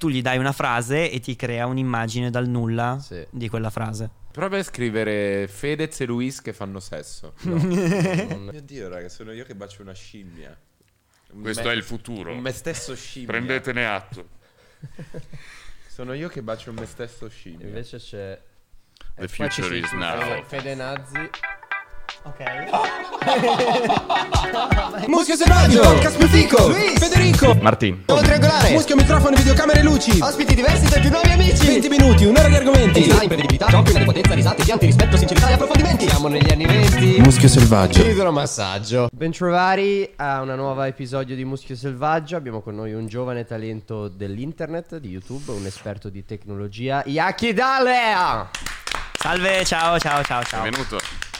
tu gli dai una frase e ti crea un'immagine dal nulla di quella frase. Prova a scrivere Fedez e Luis che fanno sesso. No. Mio Dio, raga, sono io che bacio una scimmia. Questo è il futuro. Un me stesso scimmia. Prendetene atto. Sono io che bacio un me stesso scimmia. Invece c'è The future is now. Fede Nazzi. Ok. Muschio selvaggio, podcast più fico, Luis, Federico, Martin. triangolare, muschio, microfono, videocamere, luci, Ospiti diversi tra i più nuovi amici. 20 minuti, un'ora di argomenti, Design, imprevedibilità, giochi, potenza, risate, pianti, rispetto, sincerità e approfondimenti. Siamo negli anni 20. Muschio selvaggio. Idromassaggio. Bentrovati a un nuovo episodio di Muschio Selvaggio. Abbiamo con noi un giovane talento dell'internet, di YouTube, un esperto di tecnologia, Yaki Dalea. Salve, ciao. Benvenuto.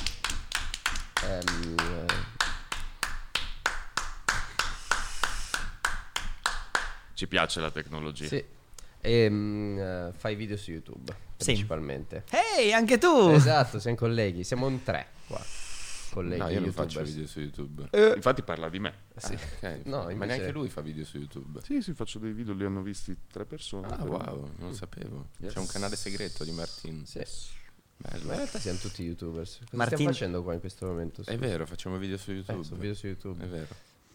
Ci piace la tecnologia. Sì. E fai video su YouTube principalmente. Ehi, anche tu! Esatto, siamo colleghi. Siamo in 3 qua. Colleghi, No, io non YouTubers. faccio video su YouTube. Infatti parla di me. Sì. Ok. No, Ma invece- neanche lui fa video su YouTube. Sì, faccio dei video, li hanno visti 3 persone. Ah, wow, non lo sapevo. Yes. C'è un canale segreto di Martin. Sì. Bello. Ma in realtà siamo tutti YouTubers. Cosa Martin- stiamo facendo qua in questo momento? È vero, facciamo video su YouTube. Su video su YouTube. È vero.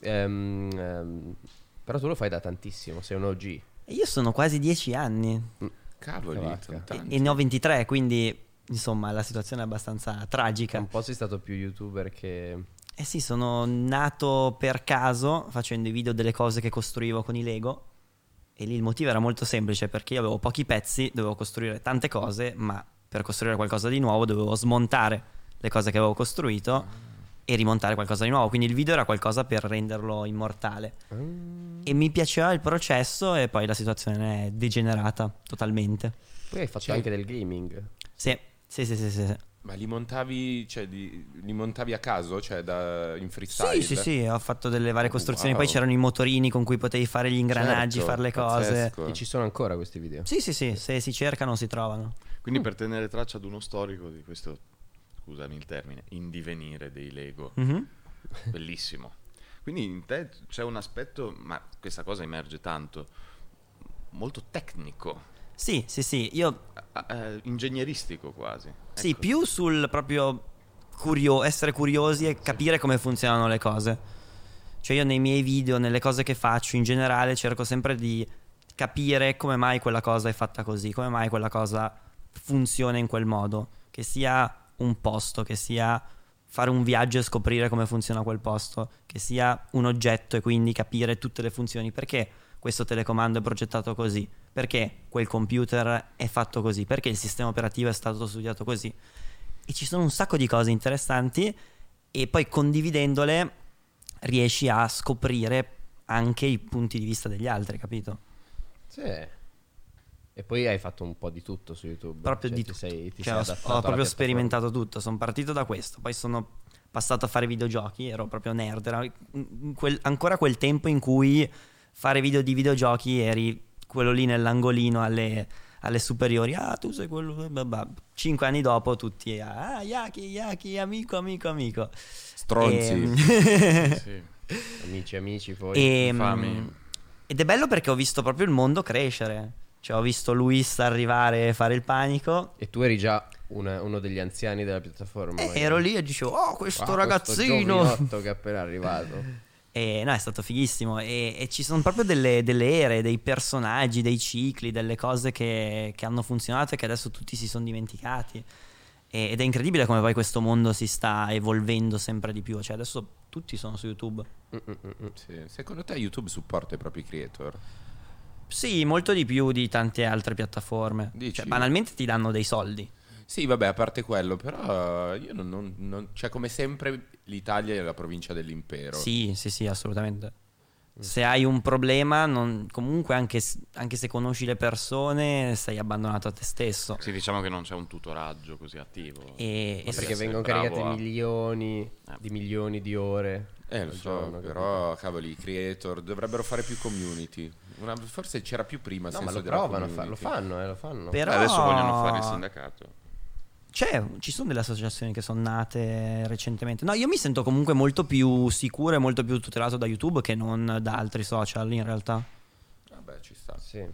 Però tu lo fai da tantissimo, sei un OG. E io sono quasi 10 anni Cavoli, Vacca. sono e tanti. ne ho 23, quindi insomma la situazione è abbastanza tragica. Un po' sei stato più YouTuber che... Eh sì, sono nato per caso facendo i video delle cose che costruivo con i Lego. E lì il motivo era molto semplice, perché io avevo pochi pezzi, dovevo costruire tante cose, ma per costruire qualcosa di nuovo dovevo smontare le cose che avevo costruito e rimontare qualcosa di nuovo. Quindi il video era qualcosa per renderlo immortale. E mi piaceva il processo e poi la situazione è degenerata totalmente. Poi hai fatto Cioè- anche del gaming. Sì. Ma li montavi, cioè, li montavi a caso? Cioè, in freestyle? Sì, ho fatto delle varie costruzioni. wow. Poi c'erano i motorini con cui potevi fare gli ingranaggi, Certo, fare le cose. pazzesco. E ci sono ancora questi video? Sì, se si cercano si trovano. Quindi per tenere traccia ad uno storico di questo, scusami il termine, indivenire dei Lego. Mhm. Bellissimo. Quindi in te c'è un aspetto, ma questa cosa emerge tanto, molto tecnico, Sì, io ingegneristico quasi. sì, Ecco. più sul proprio essere curiosi e capire come funzionano le cose. Cioè io nei miei video, nelle cose che faccio in generale, cerco sempre di capire come mai quella cosa è fatta così, come mai quella cosa funziona in quel modo, che sia un posto, che sia fare un viaggio e scoprire come funziona quel posto, che sia un oggetto e quindi capire tutte le funzioni, perché questo telecomando è progettato così, perché quel computer è fatto così, perché il sistema operativo è stato studiato così. E ci sono un sacco di cose interessanti e poi condividendole riesci a scoprire anche i punti di vista degli altri, capito? Sì. E poi hai fatto un po' di tutto su YouTube. Proprio Cioè, di ti tutto. sei, ti Cioè, sei ho adattato alla proprio piattaforma. sperimentato tutto. Sono partito da questo, poi sono passato a fare videogiochi, ero proprio nerd. Era ancora quel tempo in cui fare video di videogiochi eri quello lì nell'angolino alle superiori. Ah, tu sei quello. 5 anni dopo tutti. Ah, Yaki, amico. Stronzi. Sì. Amici poi. Infami. Ed è bello perché ho visto proprio il mondo crescere. Cioè ho visto Luis arrivare e fare il panico. E tu eri già uno degli anziani della piattaforma. magari. Ero lì e dicevo, oh, questo Questo ragazzino. giovinotto che è appena arrivato. E no, è stato fighissimo. E ci sono proprio delle ere, dei personaggi, dei cicli, delle cose che hanno funzionato e che adesso tutti si sono dimenticati. Ed è incredibile come poi questo mondo si sta evolvendo sempre di più. Cioè adesso tutti sono su YouTube. Sì. Secondo te YouTube supporta i propri creator? Sì, molto di più di tante altre piattaforme. Dici? Cioè banalmente ti danno dei soldi. Sì, vabbè, a parte quello, però io cioè, come sempre l'Italia è la provincia dell'impero. Sì, assolutamente. Se hai un problema, comunque anche se conosci le persone, sei abbandonato a te stesso. Sì, diciamo che non c'è un tutoraggio così attivo. E Perché essere vengono bravo caricate a- milioni di ore. Lo al so, giorno, però cavoli, i creator dovrebbero fare più community. Forse c'era più prima il No, ma senso lo della provano a community. lo fanno. Però Adesso vogliono fare il sindacato. ci sono delle associazioni che sono nate recentemente. No, io mi sento comunque molto più sicuro e molto più tutelato da YouTube che non da altri social in realtà. Vabbè, ci sta. Sì.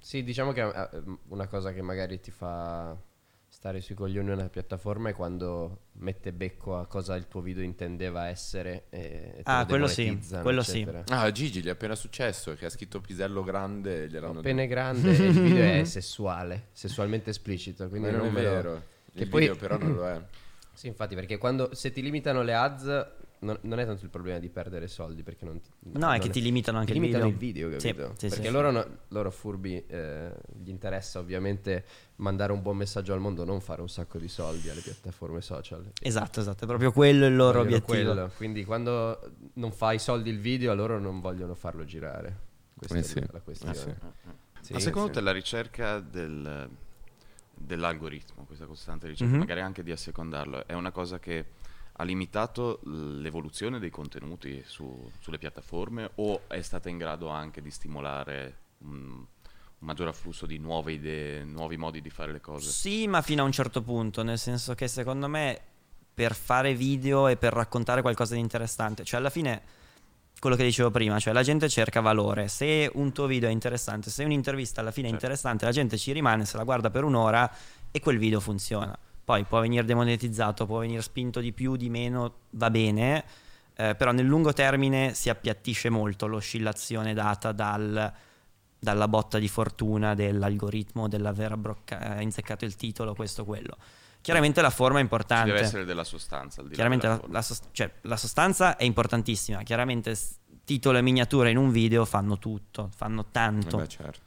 Sì, diciamo che una cosa che magari ti fa stare sui coglioni una piattaforma è quando mette becco a cosa il tuo video intendeva essere e te lo quello sì, demonetizzano, quello eccetera. Ah, Gigi gli è appena successo che ha scritto pisello grande, gliel'hanno Pene grande e il video è sessuale, sessualmente esplicito, quindi Ma non è me lo- vero. Che Il poi- video però non lo è. Sì, infatti, perché se ti limitano le ads non è tanto il problema di perdere soldi, perché non No, è che ti limitano anche ti il limitano video. il video, Sì, capito? sì, Perché sì. loro furbi gli interessa ovviamente mandare un buon messaggio al mondo, non fare un sacco di soldi alle piattaforme social. Esatto, è proprio quello il loro Vogliono obiettivo. quello. Quindi quando non fai soldi il video, a loro non vogliono farlo girare. Questa sì. è la questione. sì. Sì, Ma secondo sì. te la ricerca dell'algoritmo, questa costante ricerca, magari anche di assecondarlo, è una cosa che ha limitato l'evoluzione dei contenuti sulle piattaforme o è stata in grado anche di stimolare un maggior afflusso di nuove idee, nuovi modi di fare le cose? Sì, ma fino a un certo punto, nel senso che secondo me per fare video e per raccontare qualcosa di interessante, cioè alla fine quello che dicevo prima, cioè la gente cerca valore. Se un tuo video è interessante, se un'intervista alla fine è interessante, la gente ci rimane, se la guarda per un'ora e quel video funziona. Poi può venire demonetizzato, può venire spinto di più, di meno, va bene, però nel lungo termine si appiattisce molto l'oscillazione data dalla botta di fortuna dell'algoritmo, dell'aver inzeccato il titolo, questo, quello. Chiaramente la forma è Ci importante. deve essere della sostanza al di là Chiaramente della forma. la sostanza è importantissima. Chiaramente titolo e miniatura in un video fanno tutto, fanno tanto. Beh, certo.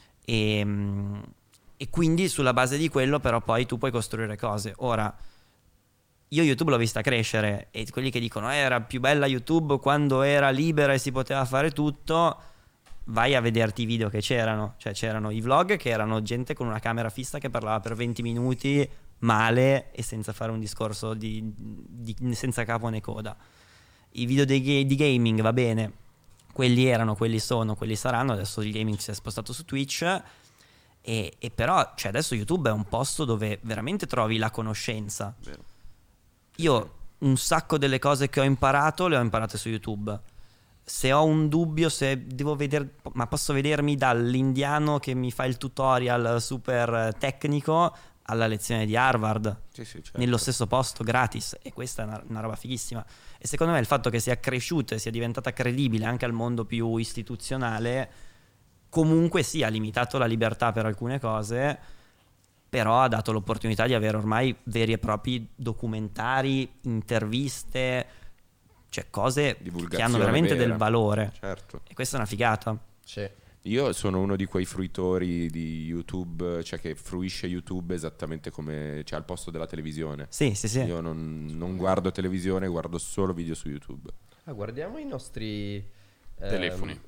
E quindi sulla base di quello però poi tu puoi costruire cose. Ora, io YouTube l'ho vista crescere e quelli che dicono era più bella YouTube quando era libera e si poteva fare tutto, vai a vederti i video che c'erano. Cioè c'erano i vlog che erano gente con una camera fissa che parlava per 20 minuti male e senza fare un discorso senza capo né coda. I video di gaming, va bene, quelli erano, quelli sono, quelli saranno. Adesso il gaming si è spostato su Twitch e però cioè adesso YouTube è un posto dove veramente trovi la conoscenza. Vero. Io un sacco delle cose che ho imparato le ho imparate su YouTube. Se ho un dubbio, se devo vedere, ma posso vedermi dall'indiano che mi fa il tutorial super tecnico alla lezione di Harvard, Sì, certo. nello stesso posto, gratis. E questa è una roba fighissima. E secondo me il fatto che sia cresciuta e sia diventata credibile anche al mondo più istituzionale, comunque sì, ha limitato la libertà per alcune cose, però ha dato l'opportunità di avere ormai veri e propri documentari, interviste, cioè cose che Divulgazione hanno veramente vera. del valore. Certo. E questa è una figata. Sì. Io sono uno di quei fruitori di YouTube, cioè che fruisce YouTube esattamente come, cioè al posto della televisione. Sì, sì, sì. Io non guardo televisione, guardo solo video su YouTube. Guardiamo i nostri Telefoni.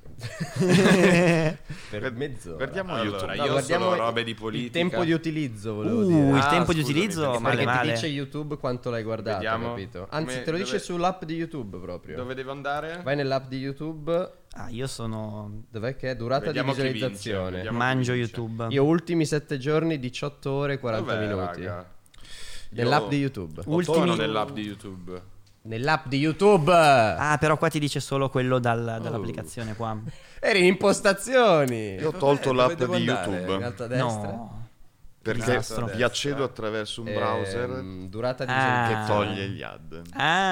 per mezz'ora. Guardiamo Allora, YouTube. io guardiamo sono robe di politica. Il tempo di utilizzo, volevo dire. Il tempo di scusami, utilizzo, perché male Perché ti male. dice YouTube quanto l'hai guardato, Vediamo. capito? Anzi, Come- te lo dice dove- sull'app di YouTube proprio. Dove devo andare? Vai nell'app di YouTube. Io sono... Dov'è che è? Durata Vediamo di chi vince, visualizzazione. vediamo. Mangio chi vince. YouTube. Io ultimi 7 giorni, 18 ore e 40 Dov'è, minuti. raga? Nell'app Io- di YouTube. Ultimi- Sono nell'app di YouTube. Nell'app di YouTube. Però qua ti dice solo quello dall'applicazione qua. Eri in impostazioni. Io ho tolto dove l'app devo di andare? In YouTube alto a destra. No. perché Disastro. vi accedo attraverso un browser Durata di Ah. che visualizzazione. toglie gli ad.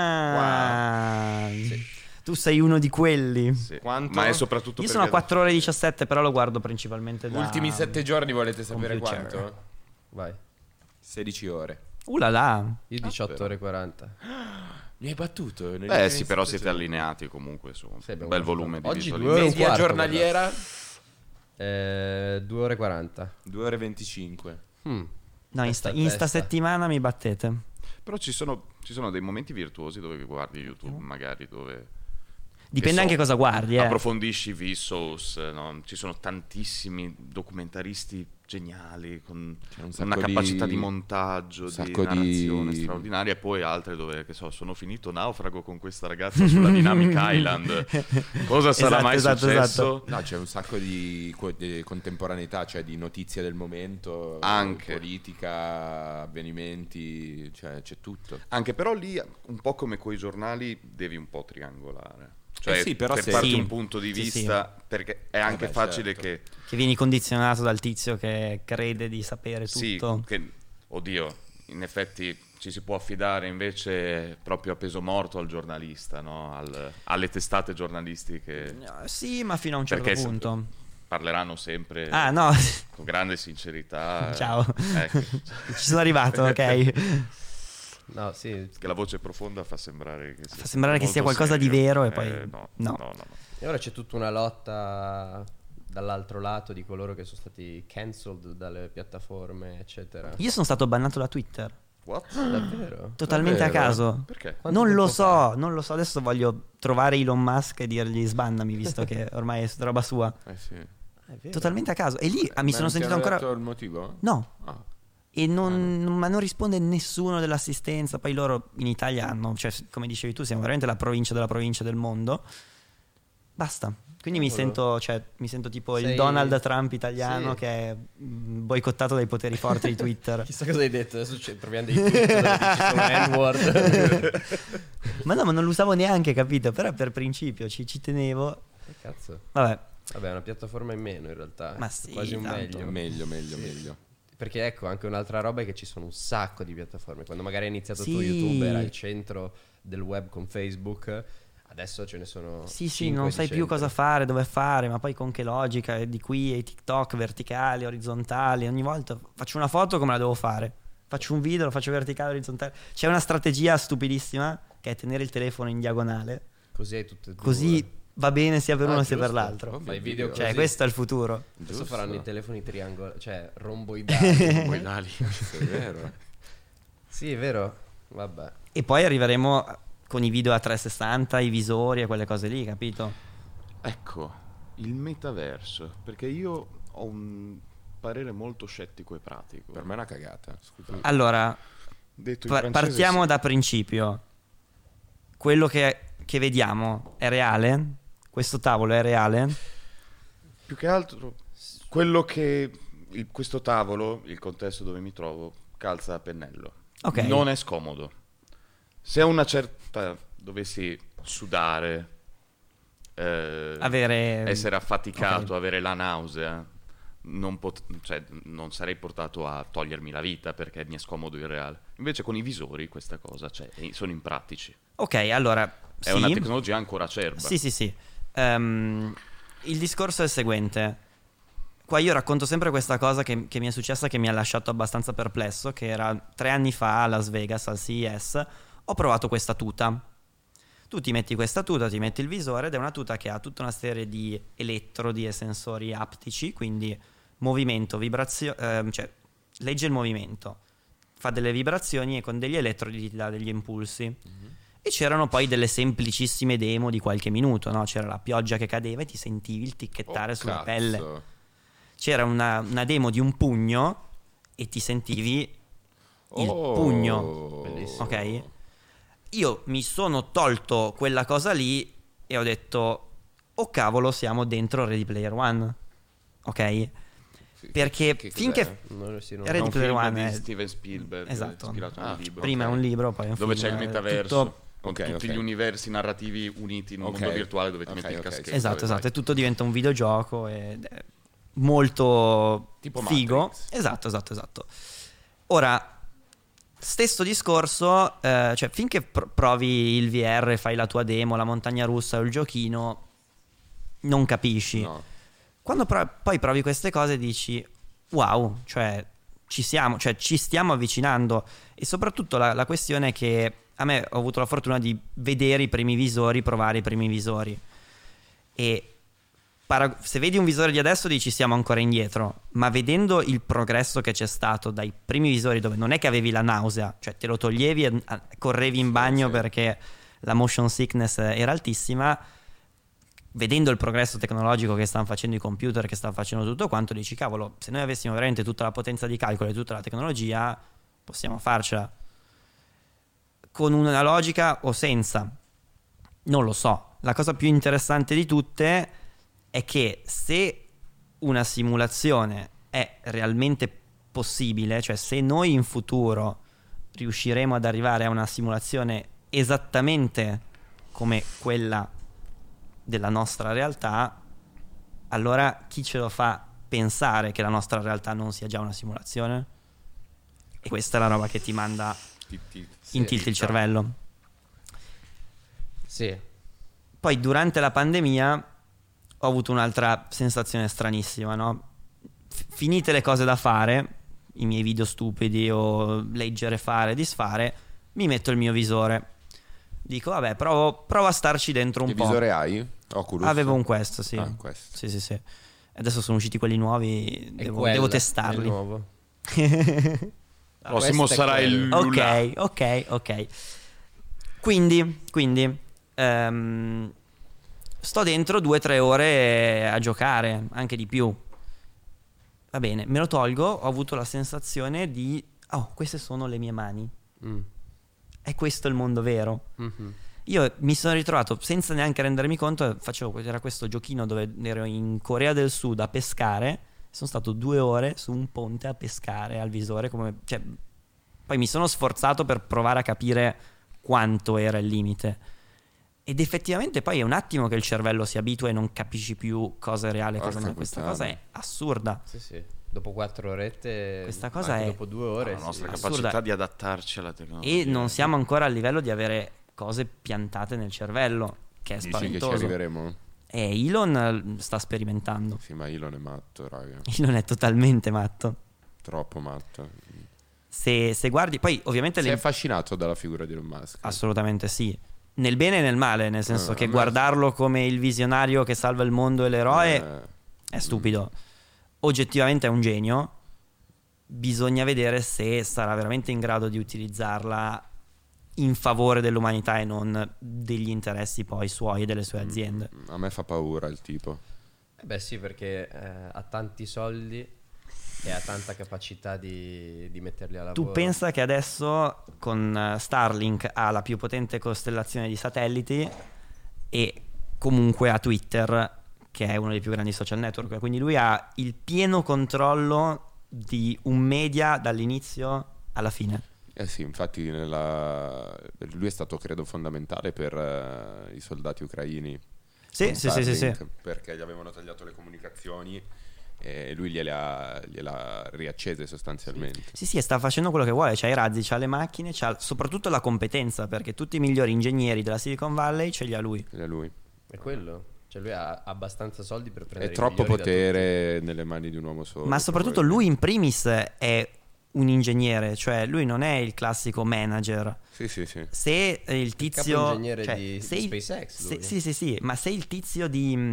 Tu sei uno di quelli. Sì. Quanto? Ma è soprattutto Io sono a perché- 4 ore e 17, però lo guardo principalmente da... Ultimi 7 giorni volete sapere computer. quanto? Vai. 16 ore. Là là. Io 18 ore e 40. Mi hai battuto? sì, però siete allineati comunque su un Sì, abbiamo bel fatto- volume di Oggi 2 visualizzazioni. ore e un Media quarto, giornaliera? 2 ore e 40. 2 ore e 25. No, in Testa a sta testa. settimana mi battete. Però ci sono dei momenti virtuosi dove guardi YouTube, magari dove Dipende so, anche cosa guardi, approfondisci Vsauce, no? Ci sono tantissimi documentaristi geniali con C'è un una sacco capacità di- di montaggio, un di sacco narrazione di- straordinaria, e poi altre dove, che so, sono finito naufrago con questa ragazza sulla Dynamic Island. Cosa sarà Esatto, mai esatto, successo? No, c'è un sacco di contemporaneità, cioè di notizie del momento, Anche. politica, avvenimenti, cioè c'è tutto. Anche però lì, un po' come coi giornali, devi un po' triangolare. Cioè, sì, però per se- farti Sì. un punto di Sì, vista, perché è anche beh, facile certo. Che vieni condizionato dal tizio che crede di sapere sì, tutto. oddio, in effetti ci si può affidare invece proprio a peso morto al giornalista, no? Alle testate giornalistiche, Sì, ma fino a un certo perché punto. parleranno sempre Ah, no. con grande sincerità. Ciao. Ecco, Ci sono arrivato, ok. No, sì. che la voce profonda fa sembrare che sia, Fa sembrare che sia molto qualcosa di serio. vero e poi no. no. E ora c'è tutta una lotta dall'altro lato di coloro che sono stati cancelled dalle piattaforme, eccetera. Io sono stato bannato da Twitter. What? Davvero? Totalmente a Davvero? caso. Perché? Quanto Non lo tempo so, non lo so. Adesso voglio trovare Elon Musk e dirgli sbannami, visto che ormai è roba sua. Sì. È vero. Totalmente a caso. E lì mi sono sentito ancora. Dato il motivo? No. Ah. E ma non risponde nessuno dell'assistenza. Poi loro in Italia hanno, cioè, come dicevi tu, siamo veramente la provincia della provincia del mondo. Basta. Quindi mi Cavolo. sento tipo il Sei- Donald Trump italiano Sì. che è boicottato dai poteri forti di Twitter. Chissà cosa hai detto, adesso troviamo dei tweet dove dici solo N-word. Ma no, ma non lo usavo neanche, capito? Però per principio ci tenevo. Che cazzo? Vabbè, Vabbè, è una piattaforma in meno in realtà. Ma è sì, quasi un tanto. meglio. Meglio. Perché ecco, anche un'altra roba è che ci sono un sacco di piattaforme. Quando magari hai iniziato tu Sì. YouTube era il centro del web con Facebook, adesso ce ne sono sì, 5 non di sai più centri. cosa fare, dove fare, ma poi con che logica, e di qui ai TikTok verticali, orizzontali, ogni volta faccio una foto come la devo fare, faccio un video, lo faccio verticale, orizzontale. C'è una strategia stupidissima che è tenere il telefono in diagonale, Così hai tutte e due. così va bene sia per Ah, uno sia per giusto. l'altro. Fai video Cioè, così. questo è il futuro. Adesso Giusto. faranno i telefoni triangolari, cioè romboidali. Poi dali. È vero. Sì, è vero. Vabbè. E poi arriveremo con i video a 360, i visori e quelle cose lì, capito? Ecco, il metaverso, perché io ho un parere molto scettico e pratico. Per me è una cagata. Scusa. Allora, Detto in francese, partiamo sì. da principio. Quello che vediamo è reale? Questo tavolo è reale? Più che altro, quello che questo tavolo, il contesto dove mi trovo, calza a pennello. Ok. Non è scomodo. Se a una certa dovessi sudare, essere affaticato, Ok. avere la nausea, cioè, non sarei portato a togliermi la vita perché mi è scomodo il reale. Invece con i visori questa cosa c'è, e sono impratici. Ok, allora È sì. una tecnologia ancora acerba. Sì. Il discorso è il seguente. Qua io racconto sempre questa cosa che mi è successa, che mi ha lasciato abbastanza perplesso, che era 3 anni fa a Las Vegas al CES. Ho provato questa tuta. Tu ti metti questa tuta, ti metti il visore ed è una tuta che ha tutta una serie di elettrodi e sensori aptici, quindi movimento, vibrazione, cioè legge il movimento, fa delle vibrazioni e con degli elettrodi ti dà degli impulsi. E c'erano poi delle semplicissime demo di qualche minuto, no? C'era la pioggia che cadeva e ti sentivi il ticchettare sulla cazzo. pelle. C'era una demo di un pugno e ti sentivi il pugno. Bellissimo. Ok? Io mi sono tolto quella cosa lì e ho detto, oh cavolo, siamo dentro Ready Player One. Ok? Perché Che finché Non si- non- È Ready un Player film One di è- Steven Spielberg, Esatto. ispirato a un libro. prima è ok. un libro, poi è un Dove film, c'è il è metaverso tutto- con Ok, tutti ok. gli universi narrativi uniti in un Ok. mondo virtuale dove ti Ok, metti il ok. caschetto. Esatto, e vai. e tutto diventa un videogioco ed è molto Tipo figo. Matrix. Esatto. Ora, stesso discorso, cioè finché provi il VR, fai la tua demo, la montagna russa o il giochino, non capisci. No. Quando poi provi queste cose dici, wow, cioè ci stiamo avvicinando. E soprattutto la questione è che a me ho avuto la fortuna di vedere i primi visori, provare i primi visori. E se vedi un visore di adesso dici siamo ancora indietro, ma vedendo il progresso che c'è stato dai primi visori, dove non è che avevi la nausea, cioè te lo toglievi e correvi in bagno sì. perché la motion sickness era altissima, vedendo il progresso tecnologico che stanno facendo i computer, che stanno facendo tutto quanto, dici cavolo, se noi avessimo veramente tutta la potenza di calcolo e tutta la tecnologia possiamo farcela. Con una logica o senza, non lo so. La cosa più interessante di tutte è che se una simulazione è realmente possibile, cioè se noi in futuro riusciremo ad arrivare a una simulazione esattamente come quella della nostra realtà, allora chi ce lo fa pensare che la nostra realtà non sia già una simulazione? E questa è la roba che ti manda in tilt il cervello. Sì. Poi durante la pandemia ho avuto un'altra sensazione stranissima, no? Finite le cose da fare, i miei video stupidi o leggere, fare, disfare, mi metto il mio visore. Dico, vabbè, provo a starci dentro un Che po'. visore hai? Oculus? Avevo un Quest, sì. Ah, Quest. Sì. Adesso sono usciti quelli nuovi, E devo quella, testarli. il nuovo. Prossimo questo è sarà il quello. Lula. Ok. Quindi sto dentro 2-3 ore a giocare, anche di più. Va bene, me lo tolgo, ho avuto la sensazione di queste sono le mie mani. È questo il mondo vero. Mhm. Io mi sono ritrovato senza neanche rendermi conto, era questo giochino dove ero in Corea del Sud a pescare. Sono stato 2 ore su un ponte a pescare al visore, cioè, poi mi sono sforzato per provare a capire quanto era il limite. Ed effettivamente poi è un attimo che il cervello si abitua e non capisci più cosa è reale e cosa Porca no. Questa puttana. cosa è assurda. Sì. Dopo 4 orette, Questa cosa anche è dopo 2 ore, La nostra assurda. capacità di adattarci alla tecnologia. E non siamo ancora al livello di avere cose piantate nel cervello, che è Dici che ci spaventoso. arriveremo? E Elon sta sperimentando. Sì, ma Elon è matto, raga. Elon è totalmente matto. Troppo matto. Se guardi, poi ovviamente Sei affascinato dalla figura di Elon Musk? assolutamente sì. Nel bene e nel male, nel senso che a me- guardarlo come il visionario che salva il mondo e l'eroe è stupido. Oggettivamente è un genio. Bisogna vedere se sarà veramente in grado di utilizzarla in favore dell'umanità e non degli interessi poi suoi e delle sue aziende. A me fa paura il tipo. Beh sì, perché ha tanti soldi e ha tanta capacità di metterli a lavoro. Tu pensa che adesso con Starlink ha la più potente costellazione di satelliti e comunque ha Twitter, che è uno dei più grandi social network, quindi lui ha il pieno controllo di un media dall'inizio alla fine. Eh sì, infatti lui è stato credo fondamentale per i soldati ucraini. Sì, con sì. Starlink, perché gli avevano tagliato le comunicazioni e lui gliele ha riaccese sostanzialmente. Sì, sta facendo quello che vuole, c'ha i razzi, c'ha le macchine, c'ha soprattutto la competenza, perché tutti i migliori ingegneri della Silicon Valley ce li ha lui. È lui. È quello. Cioè lui ha abbastanza soldi per prendere È i troppo migliori da potere nelle mani di un uomo solo. Ma soprattutto lui in primis è un ingegnere, cioè lui non è il classico manager. Sì. Se il tizio, capo ingegnere cioè, di se il- SpaceX, lui. sì, ma se il tizio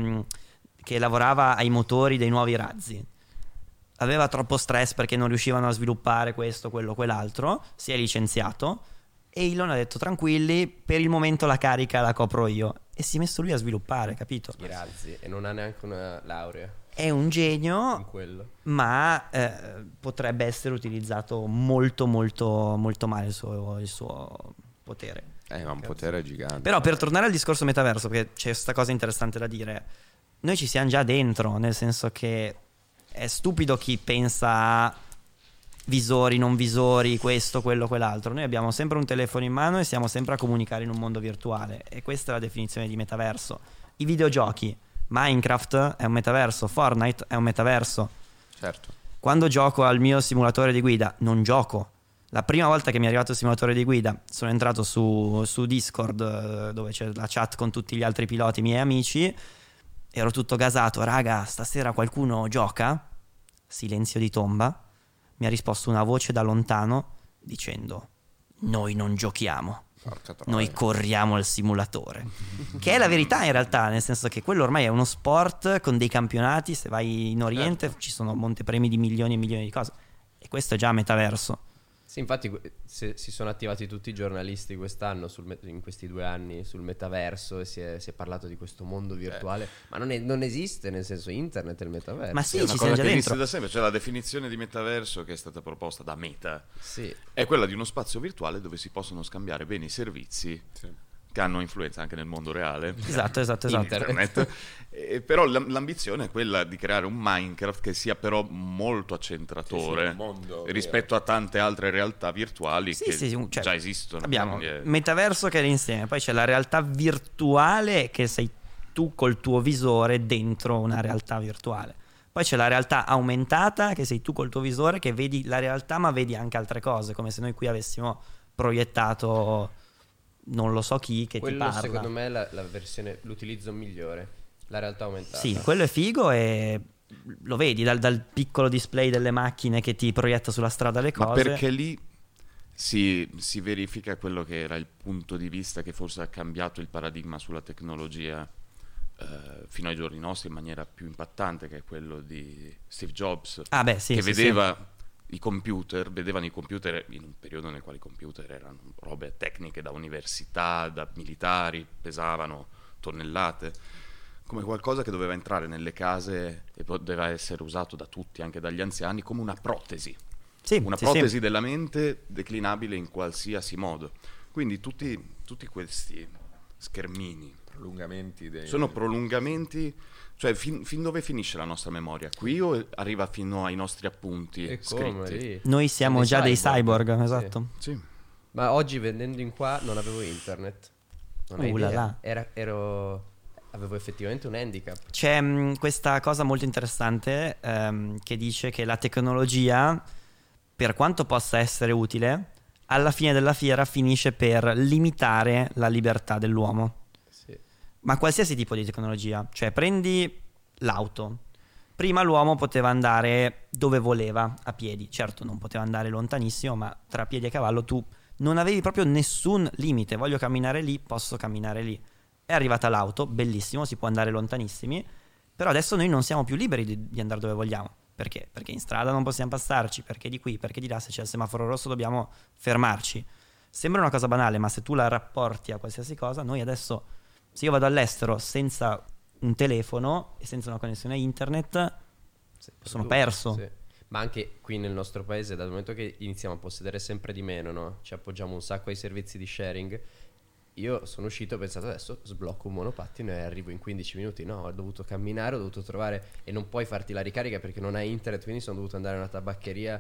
che lavorava ai motori dei nuovi razzi aveva troppo stress perché non riuscivano a sviluppare questo, quello, quell'altro, si è licenziato e Elon ha detto tranquilli, per il momento la carica la copro io, e si è messo lui a sviluppare, capito? I razzi, e non ha neanche una laurea È un genio, in quello. ma potrebbe essere utilizzato molto male il suo potere. Ha un potere gigante. Però per tornare al discorso metaverso, perché c'è questa cosa interessante da dire, noi ci siamo già dentro, nel senso che è stupido chi pensa a visori, non visori, questo, quello, quell'altro. Noi abbiamo sempre un telefono in mano e siamo sempre a comunicare in un mondo virtuale, e questa è la definizione di metaverso. I videogiochi, Minecraft è un metaverso, Fortnite è un metaverso. Certo. Quando gioco al mio simulatore di guida, non gioco. La prima volta che mi è arrivato il simulatore di guida, sono entrato su Discord, dove c'è la chat con tutti gli altri piloti miei amici. Ero tutto gasato, raga, stasera qualcuno gioca? Silenzio di tomba. Mi ha risposto una voce da lontano dicendo: noi non giochiamo, Porca troia. noi corriamo al simulatore. Che è la verità in realtà, nel senso che quello ormai è uno sport con dei campionati. Se vai in Oriente ci sono montepremi di milioni e milioni di cose, e questo è già metaverso. Sì, infatti si sono attivati tutti i giornalisti quest'anno, in questi 2 anni, sul metaverso, e si è parlato di questo mondo virtuale. Ma non esiste, nel senso, internet è il metaverso. Ma sì, È una ci cosa siamo già che esiste dentro. da sempre, cioè la definizione di metaverso che è stata proposta da Meta Sì. è quella di uno spazio virtuale dove si possono scambiare beni e servizi Sì. che hanno influenza anche nel mondo reale. Esatto. Internet. Però l'ambizione è quella di creare un Minecraft che sia però molto accentratore Sì, un mondo rispetto a tante altre realtà virtuali Sì, che sì, cioè, già esistono. Abbiamo Quindi è- metaverso che è l'insieme, poi c'è la realtà virtuale che sei tu col tuo visore dentro una realtà virtuale. Poi c'è la realtà aumentata, che sei tu col tuo visore che vedi la realtà ma vedi anche altre cose, come se noi qui avessimo proiettato non lo so chi che Quello ti parla. secondo me è la versione, l'utilizzo migliore, la realtà aumentata. Sì, quello è figo e lo vedi dal piccolo display delle macchine che ti proietta sulla strada le cose. Ma perché lì si verifica quello che era il punto di vista che forse ha cambiato il paradigma sulla tecnologia fino ai giorni nostri in maniera più impattante, che è quello di Steve Jobs, che vedevano i computer in un periodo nel quale i computer erano robe tecniche da università, da militari, pesavano tonnellate, come qualcosa che doveva entrare nelle case e poteva essere usato da tutti, anche dagli anziani, come una protesi. Protesi della mente declinabile in qualsiasi modo. Quindi tutti questi schermini sono prolungamenti, cioè fin dove finisce la nostra memoria? Qui o arriva fino ai nostri appunti scritti? Noi siamo già dei cyborg, esatto. Sì. Ma oggi vendendo in qua non avevo internet. Non hai idea. Avevo effettivamente un handicap. C'è questa cosa molto interessante che dice che la tecnologia, per quanto possa essere utile, alla fine della fiera finisce per limitare la libertà dell'uomo. Sì. Ma qualsiasi tipo di tecnologia. Cioè prendi l'auto. Prima l'uomo poteva andare dove voleva a piedi. Certo, non poteva andare lontanissimo, ma tra piedi e cavallo tu non avevi proprio nessun limite. Voglio camminare lì, posso camminare lì. È arrivata l'auto, bellissimo, si può andare lontanissimi, però adesso noi non siamo più liberi di andare dove vogliamo. Perché? Perché in strada non possiamo passarci, perché di qui, perché di là, se c'è il semaforo rosso dobbiamo fermarci. Sembra una cosa banale, ma se tu la rapporti a qualsiasi cosa, noi adesso, se io vado all'estero senza un telefono e senza una connessione a internet, sono perso. Sì. Ma anche qui nel nostro paese, dal momento che iniziamo a possedere sempre di meno, no? Ci appoggiamo un sacco ai servizi di sharing. Io sono uscito e ho pensato adesso sblocco un monopattino e arrivo in 15 minuti. No, ho dovuto camminare, ho dovuto trovare, e non puoi farti la ricarica perché non hai internet, quindi sono dovuto andare a una tabaccheria.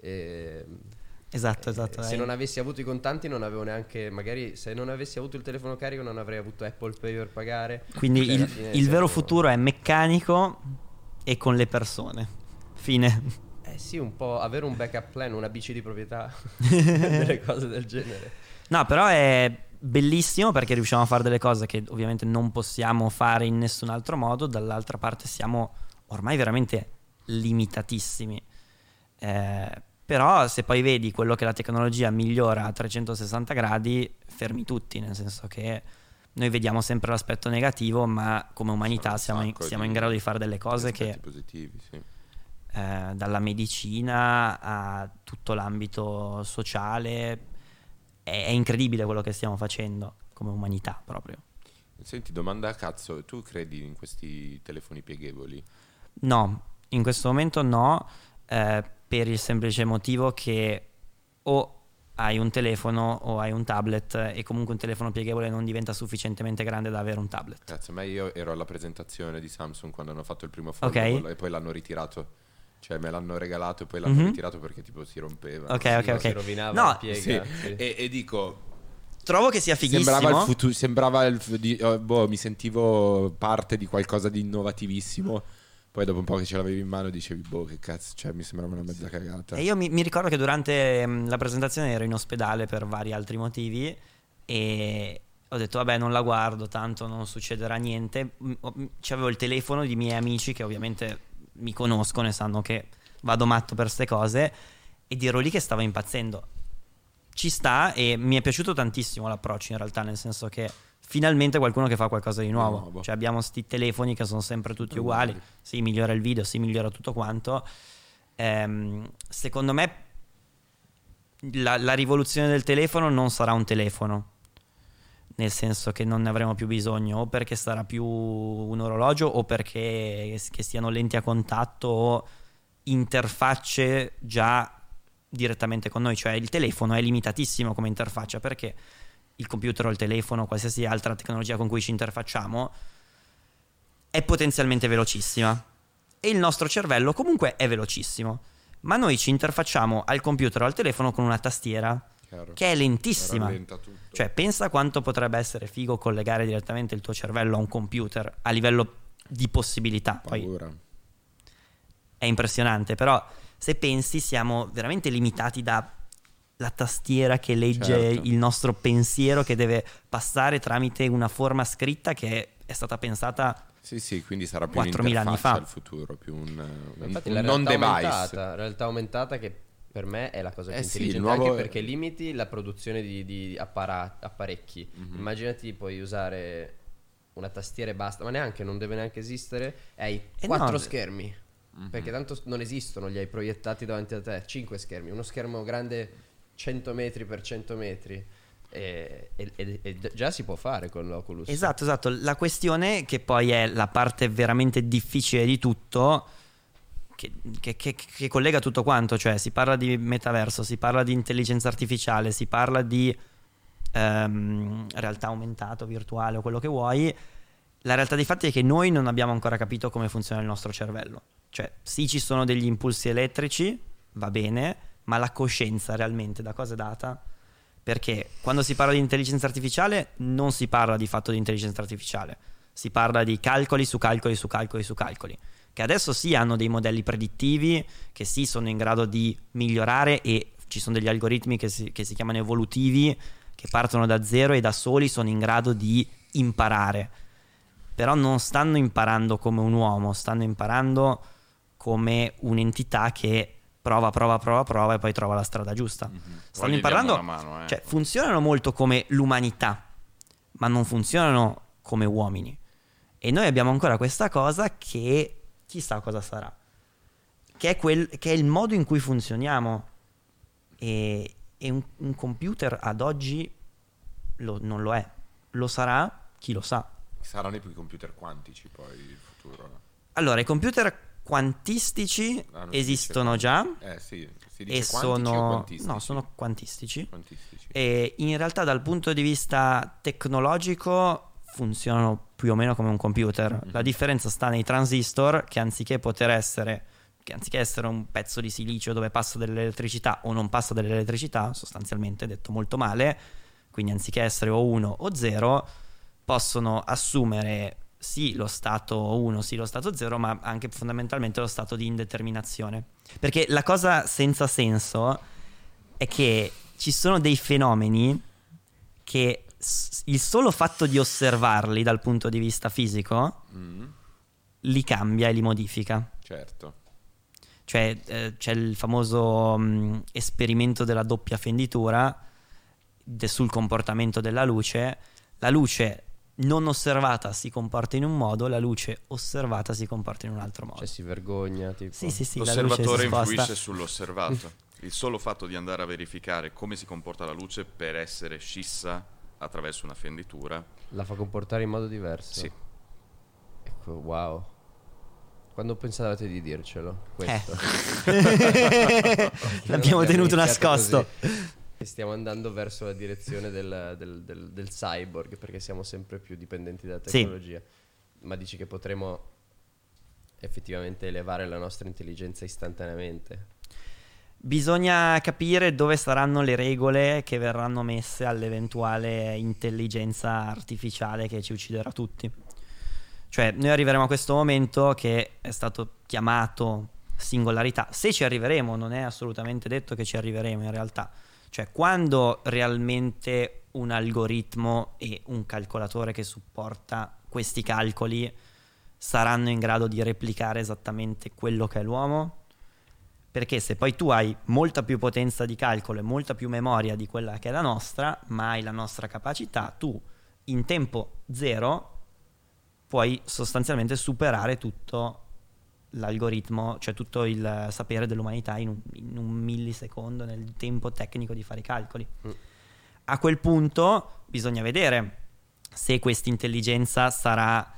Esatto. Se non avessi avuto i contanti non avevo neanche, magari se non avessi avuto il telefono carico non avrei avuto Apple Pay per pagare. Quindi il vero futuro è meccanico e con le persone. Fine. Sì, un po' avere un backup plan, una bici di proprietà, delle cose del genere. No, però è bellissimo perché riusciamo a fare delle cose che ovviamente non possiamo fare in nessun altro modo. Dall'altra parte siamo ormai veramente limitatissimi. Però se poi vedi quello che la tecnologia migliora a 360 gradi, fermi tutti, nel senso che noi vediamo sempre l'aspetto negativo, ma come umanità siamo in grado di fare delle cose che positivi, sì. Dalla medicina a tutto l'ambito sociale è incredibile quello che stiamo facendo come umanità proprio. Senti, domanda a cazzo, tu credi in questi telefoni pieghevoli? No, in questo momento no, per il semplice motivo che o hai un telefono o hai un tablet e comunque un telefono pieghevole non diventa sufficientemente grande da avere un tablet. Cazzo, ma io ero alla presentazione di Samsung quando hanno fatto il primo foldable e poi l'hanno ritirato. Cioè me l'hanno regalato e poi l'hanno ritirato perché tipo si rompeva. Ok. Si rovinava No, la piega. Sì. E dico, trovo che sia fighissimo. sembrava il futuro, mi sentivo parte di qualcosa di innovativissimo. Poi dopo un po' che ce l'avevi in mano dicevi, che cazzo, cioè mi sembrava una mezza cagata. E io mi ricordo che durante la presentazione ero in ospedale per vari altri motivi e ho detto vabbè non la guardo, tanto non succederà niente. C'avevo il telefono di miei amici che ovviamente mi conoscono e sanno che vado matto per ste cose ed ero lì che stavo impazzendo. Ci sta e mi è piaciuto tantissimo l'approccio in realtà, nel senso che finalmente qualcuno che fa qualcosa di nuovo. Cioè abbiamo sti telefoni che sono sempre tutti uguali. Sì, migliora il video, sì, migliora tutto quanto. Secondo me la rivoluzione del telefono non sarà un telefono, nel senso che non ne avremo più bisogno, o perché sarà più un orologio o perché che siano lenti a contatto o interfacce già direttamente con noi. Cioè il telefono è limitatissimo come interfaccia, perché il computer o il telefono o qualsiasi altra tecnologia con cui ci interfacciamo è potenzialmente velocissima e il nostro cervello comunque è velocissimo, ma noi ci interfacciamo al computer o al telefono con una tastiera Chiaro. che è lentissima. Rallenta tutto. Cioè, pensa quanto potrebbe essere figo collegare direttamente il tuo cervello a un computer a livello di possibilità. Poi Paura. è impressionante, però se pensi siamo veramente limitati da la tastiera che legge Certo. il nostro pensiero, che deve passare tramite una forma scritta che è stata pensata. Sì, quindi sarà più 4000 anni un'interfaccia fa. al futuro, più Infatti un la non realtà device. aumentata, realtà aumentata che per me è la cosa più Sì, intelligente, il nuovo- anche perché limiti la produzione di apparecchi. Immaginati puoi usare una tastiera e basta, ma neanche, non deve neanche esistere, e hai 4 no, schermi, perché tanto non esistono, li hai proiettati davanti a te, 5 schermi, uno schermo grande 100 metri per 100 metri. E già si può fare con l'Oculus. Esatto. La questione, che poi è la parte veramente difficile di tutto, che collega tutto quanto, cioè si parla di metaverso, si parla di intelligenza artificiale, si parla di realtà aumentata, virtuale o quello che vuoi. La realtà dei fatti è che noi non abbiamo ancora capito come funziona il nostro cervello. Cioè, sì, ci sono degli impulsi elettrici, va bene, ma la coscienza realmente da cosa è data? Perché quando si parla di intelligenza artificiale non si parla di fatto di intelligenza artificiale, si parla di calcoli su calcoli su calcoli su calcoli, che adesso sì hanno dei modelli predittivi, che sì sono in grado di migliorare, e ci sono degli algoritmi che si chiamano evolutivi, che partono da zero e da soli sono in grado di imparare. Però non stanno imparando come un uomo, stanno imparando come un'entità che prova e poi trova la strada giusta. Stanno Poi gli diamo imparando, una mano, cioè funzionano molto come l'umanità, ma non funzionano come uomini. E noi abbiamo ancora questa cosa che chissà cosa sarà, che è il modo in cui funzioniamo. E un computer ad oggi non lo è. Lo sarà chi lo sa. Saranno i computer quantici poi il futuro. Allora, i computer quantistici Non si esistono dice già. sì, si E dice quantici o quantistici? no, sono quantistici. Quantistici. E in realtà dal punto di vista tecnologico funzionano più o meno come un computer. La differenza sta nei transistor, che anziché essere un pezzo di silicio dove passa dell'elettricità o non passa dell'elettricità, sostanzialmente detto molto male, quindi anziché essere o 1 o 0, possono assumere sì lo stato 1, sì lo stato 0, ma anche fondamentalmente lo stato di indeterminazione. Perché la cosa senza senso è che ci sono dei fenomeni che il solo fatto di osservarli dal punto di vista fisico li cambia e li modifica. Certo. Cioè c'è il famoso esperimento della doppia fenditura sul comportamento della luce. La luce non osservata si comporta in un modo, la luce osservata si comporta in un altro modo. Cioè si vergogna, tipo. Sì, la luce L'osservatore si sposta. influisce sull'osservato. Il solo fatto di andare a verificare come si comporta la luce per essere scissa attraverso una fenditura. La fa comportare in modo diverso. Sì. Ecco, wow. Quando pensavate di dircelo? Questo. L'abbiamo tenuto iniziato nascosto. così. E stiamo andando verso la direzione del cyborg, perché siamo sempre più dipendenti dalla tecnologia. Ma dici che potremo effettivamente elevare la nostra intelligenza istantaneamente? Bisogna capire dove saranno le regole che verranno messe all'eventuale intelligenza artificiale che ci ucciderà tutti. Cioè, noi arriveremo a questo momento che è stato chiamato singolarità. Se ci arriveremo, non è assolutamente detto che ci arriveremo in realtà. Cioè, quando realmente un algoritmo e un calcolatore che supporta questi calcoli saranno in grado di replicare esattamente quello che è l'uomo? Perché se poi tu hai molta più potenza di calcolo e molta più memoria di quella che è la nostra, ma hai la nostra capacità, tu in tempo zero puoi sostanzialmente superare tutto l'algoritmo, cioè tutto il sapere dell'umanità in un millisecondo nel tempo tecnico di fare i calcoli. A quel punto bisogna vedere se questa intelligenza sarà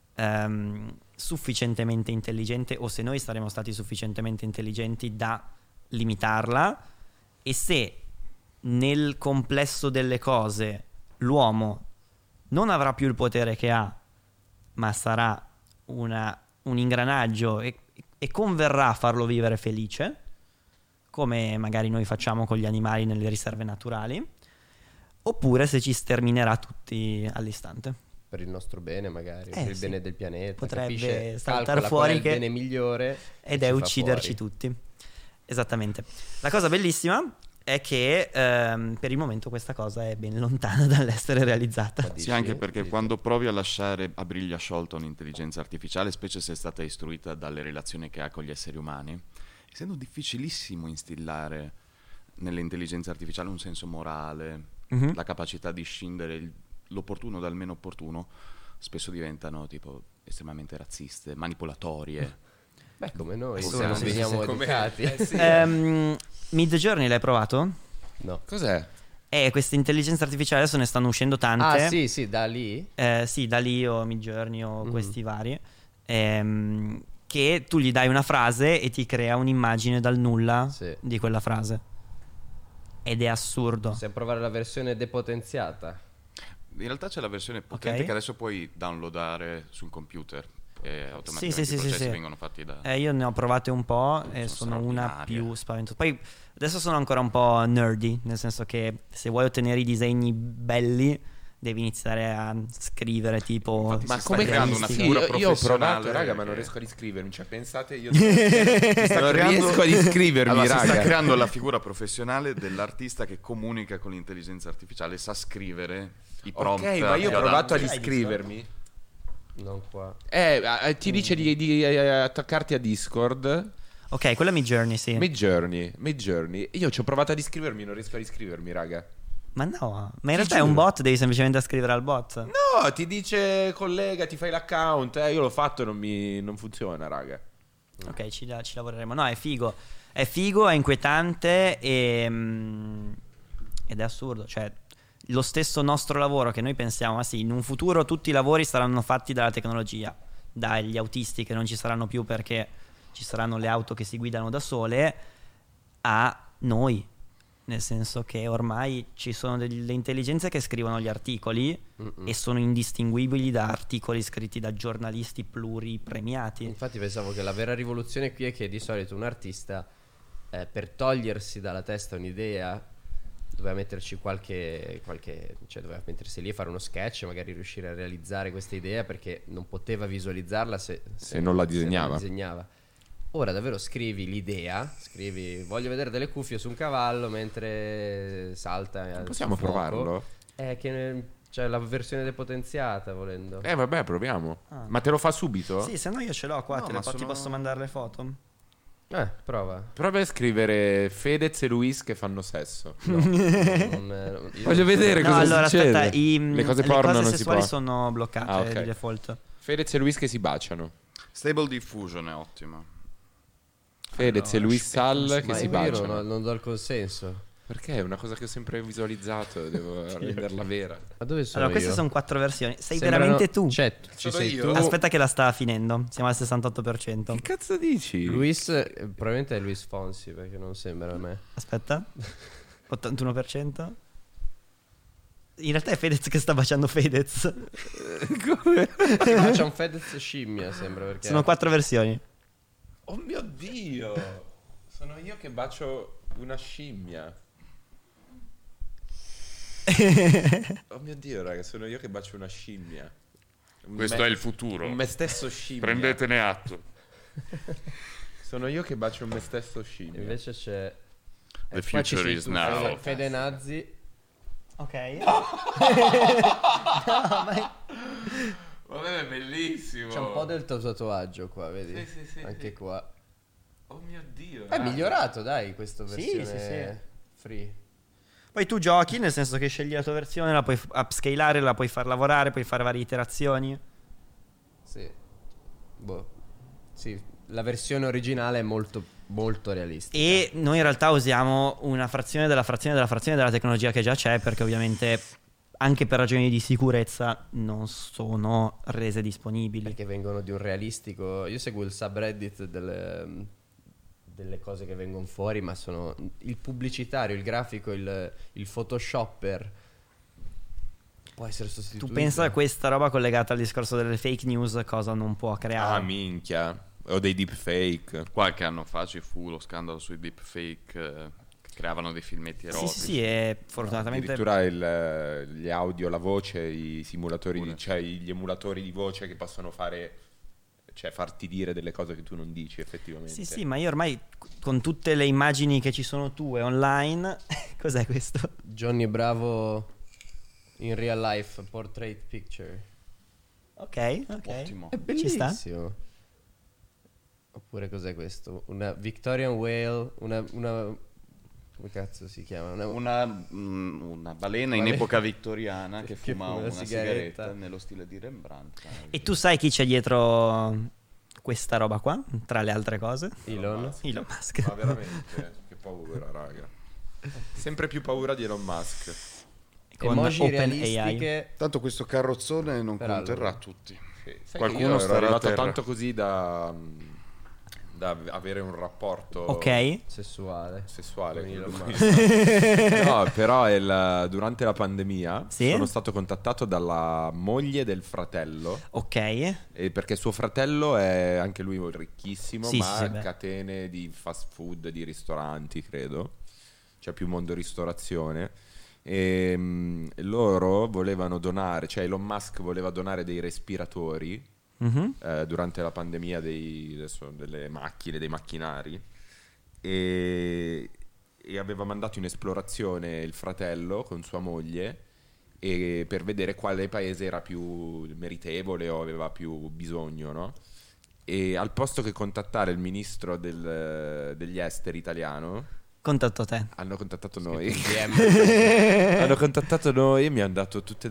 sufficientemente intelligente, o se noi saremo stati sufficientemente intelligenti da limitarla, e se nel complesso delle cose l'uomo non avrà più il potere che ha, ma sarà un ingranaggio e converrà farlo vivere felice, come magari noi facciamo con gli animali nelle riserve naturali, oppure se ci sterminerà tutti all'istante. Per il nostro bene magari, per il sì. bene del pianeta. Potrebbe capisce, saltar calcola fuori qual è che- il bene migliore Ed e è ci fa ucciderci fuori. tutti. Esattamente. La cosa bellissima è che per il momento questa cosa è ben lontana dall'essere realizzata. Ma Sì, dici? anche perché Dici? quando provi a lasciare a briglia sciolta un'intelligenza artificiale, specie se è stata istruita dalle relazioni che ha con gli esseri umani, essendo difficilissimo instillare nell'intelligenza artificiale un senso morale, Mhm. la capacità di scindere l'opportuno dal meno opportuno, spesso diventano tipo estremamente razziste, manipolatorie. Beh, come noi, Sì, se non sì, veniamo Come- educati. sì. Midjourney l'hai provato? No. Cos'è? Queste intelligenze artificiali adesso ne stanno uscendo tante. Ah, sì, sì, da lì. Sì, da lì o Midjourney o Mhm. questi vari. Che tu gli dai una frase e ti crea un'immagine dal nulla Sì. di quella frase. Ed è assurdo. Possiamo provare la versione depotenziata. In realtà c'è la versione potente Ok. che adesso puoi downloadare sul computer e automaticamente Sì, sì, i sì, processi sì. vengono fatti da... Io ne ho provate un po' e sono una più spaventosa. Poi adesso sono ancora un po' nerdy, nel senso che se vuoi ottenere i disegni belli devi iniziare a scrivere tipo... Infatti Ma si sta come creando una sì, figura io ho professionale provato, raga, ma non che- riesco ad iscrivermi. Cioè, pensate, io sta non creando- riesco ad iscrivermi, Allora, raga. si sta creando la figura professionale dell'artista che comunica con l'intelligenza artificiale, sa scrivere i prompt. Ok, ma io ho più provato ad adatti. iscrivermi. Non qua. Ti dice di attaccarti a Discord. Ok, quella è Midjourney, sì. Midjourney. Io ci ho provato ad iscrivermi, non riesco ad iscrivermi, raga. Ma no, ma in realtà è un bot, devi semplicemente scrivere al bot. No, ti dice collega, ti fai l'account. Io l'ho fatto e non funziona, raga. Ok, ci lavoreremo. No, è figo. È figo, è inquietante ed è assurdo. Cioè, lo stesso nostro lavoro che noi pensiamo, ma sì, in un futuro tutti i lavori saranno fatti dalla tecnologia, dagli autisti che non ci saranno più perché ci saranno le auto che si guidano da sole, a noi. Nel senso che ormai ci sono delle intelligenze che scrivono gli articoli e sono indistinguibili da articoli scritti da giornalisti pluripremiati. Infatti pensavo che la vera rivoluzione qui è che di solito un artista per togliersi dalla testa un'idea doveva metterci qualche cioè doveva mettersi lì e fare uno sketch, magari riuscire a realizzare questa idea perché non poteva visualizzarla se non la disegnava. Ora davvero scrivi l'idea, scrivi voglio vedere delle cuffie su un cavallo mentre salta. Possiamo sul fuoco. provarlo? C'è la versione depotenziata volendo. Vabbè, proviamo. Ma te lo fa subito? Sì, se no io ce l'ho qua, No, ti posso mandare le foto. Prova. Prova a scrivere Fedez e Luis che fanno sesso. Io Voglio vedere No, cosa allora succede. aspetta, Le cose le porno cose non si sessuali può. sono bloccate Ah, ok. di default. Fedez e Luis che si baciano. Stable Diffusion è ottimo. Fedez e Luis Sal che Ma si io baciano. non do il consenso. Perché è una cosa che ho sempre visualizzato, devo renderla vera. Ma dove sono Allora, queste io? sono 4 versioni. Sei Sembrano- veramente tu. Cioè, ci Sono sei io? tu. Aspetta che la sta finendo. Siamo al 68%. Che cazzo dici? Luis, probabilmente è Luis Fonsi perché non sembra a me. Aspetta. 81%. In realtà è Fedez che sta baciando Fedez. Ma c'è un Fedez scimmia sembra perché Sono 4 versioni. Oh mio Dio! Sono io che bacio una scimmia. Oh mio Dio, raga, sono io che bacio una scimmia. Questo è il futuro. Un me stesso scimmia. Prendetene atto. Sono io che bacio me stesso scimmia. invece c'è The qua ci future sei is tu, now. Fede Nazzi. Ok. Vabbè, è bellissimo. C'è un po' del tuo tatuaggio qua, vedi? Sì, Anche sì. qua. Oh mio Dio. È migliorato, dai, questa Sì, versione sì, sì. free. Poi tu giochi, nel senso che scegli la tua versione, la puoi upscalare, la puoi far lavorare, puoi fare varie iterazioni. Sì. Boh. Sì, la versione originale è molto molto realistica. E noi in realtà usiamo una frazione della frazione della frazione della tecnologia che già c'è, perché ovviamente anche per ragioni di sicurezza non sono rese disponibili. Perché vengono di un realistico. Io seguo il subreddit delle cose che vengono fuori, ma sono il pubblicitario, il grafico, il photoshopper. Può essere sostituito. Tu pensa a questa roba collegata al discorso delle fake news, cosa non può creare. Ah, minchia. O dei deepfake. Qualche anno fa ci fu lo scandalo sui deepfake che creavano dei filmetti Sì, erotici. sì, sì, e fortunatamente... Addirittura gli audio, la voce, i simulatori, cioè gli emulatori di voce che possono fare, cioè farti dire delle cose che tu non dici effettivamente. Sì, sì, ma io ormai con tutte le immagini che ci sono tue online... Cos'è questo? Johnny Bravo in real life portrait picture. Ok, ok. Ottimo. È Ci sta? bellissimo. Oppure cos'è questo? Una Victorian whale, una come cazzo si chiama? Una balena in epoca vittoriana che fuma fuma una una sigaretta sigaretta. nello stile di Rembrandt. E tu sai chi c'è dietro questa roba qua, tra le altre cose? Elon? Elon Musk. Ma veramente, che paura, raga. Sempre più paura di Elon Musk. Con Emoji OpenAI. realistiche. Tanto questo carrozzone non Per conterrà allora. tutti. Sai Qualcuno che io ero starà a arrivato terra. tanto così da avere un rapporto Ok. Sessuale. sessuale Con con Elon lui. Musk. No, però durante la pandemia Sì? sono stato contattato dalla moglie del fratello, Ok. perché suo fratello è anche lui ricchissimo, Sì, ma sì, sì, ha beh. catene di fast food, di ristoranti, credo. C'è più mondo ristorazione. E loro volevano donare, cioè Elon Musk voleva donare dei respiratori Mhm. durante la pandemia delle macchine, dei macchinari, e aveva mandato in esplorazione il fratello con sua moglie per vedere quale paese era più meritevole o aveva più bisogno, no? E al posto che contattare il ministro degli esteri italiano, Contatto te. hanno contattato noi. DM. Hanno contattato noi e mi hanno dato tutte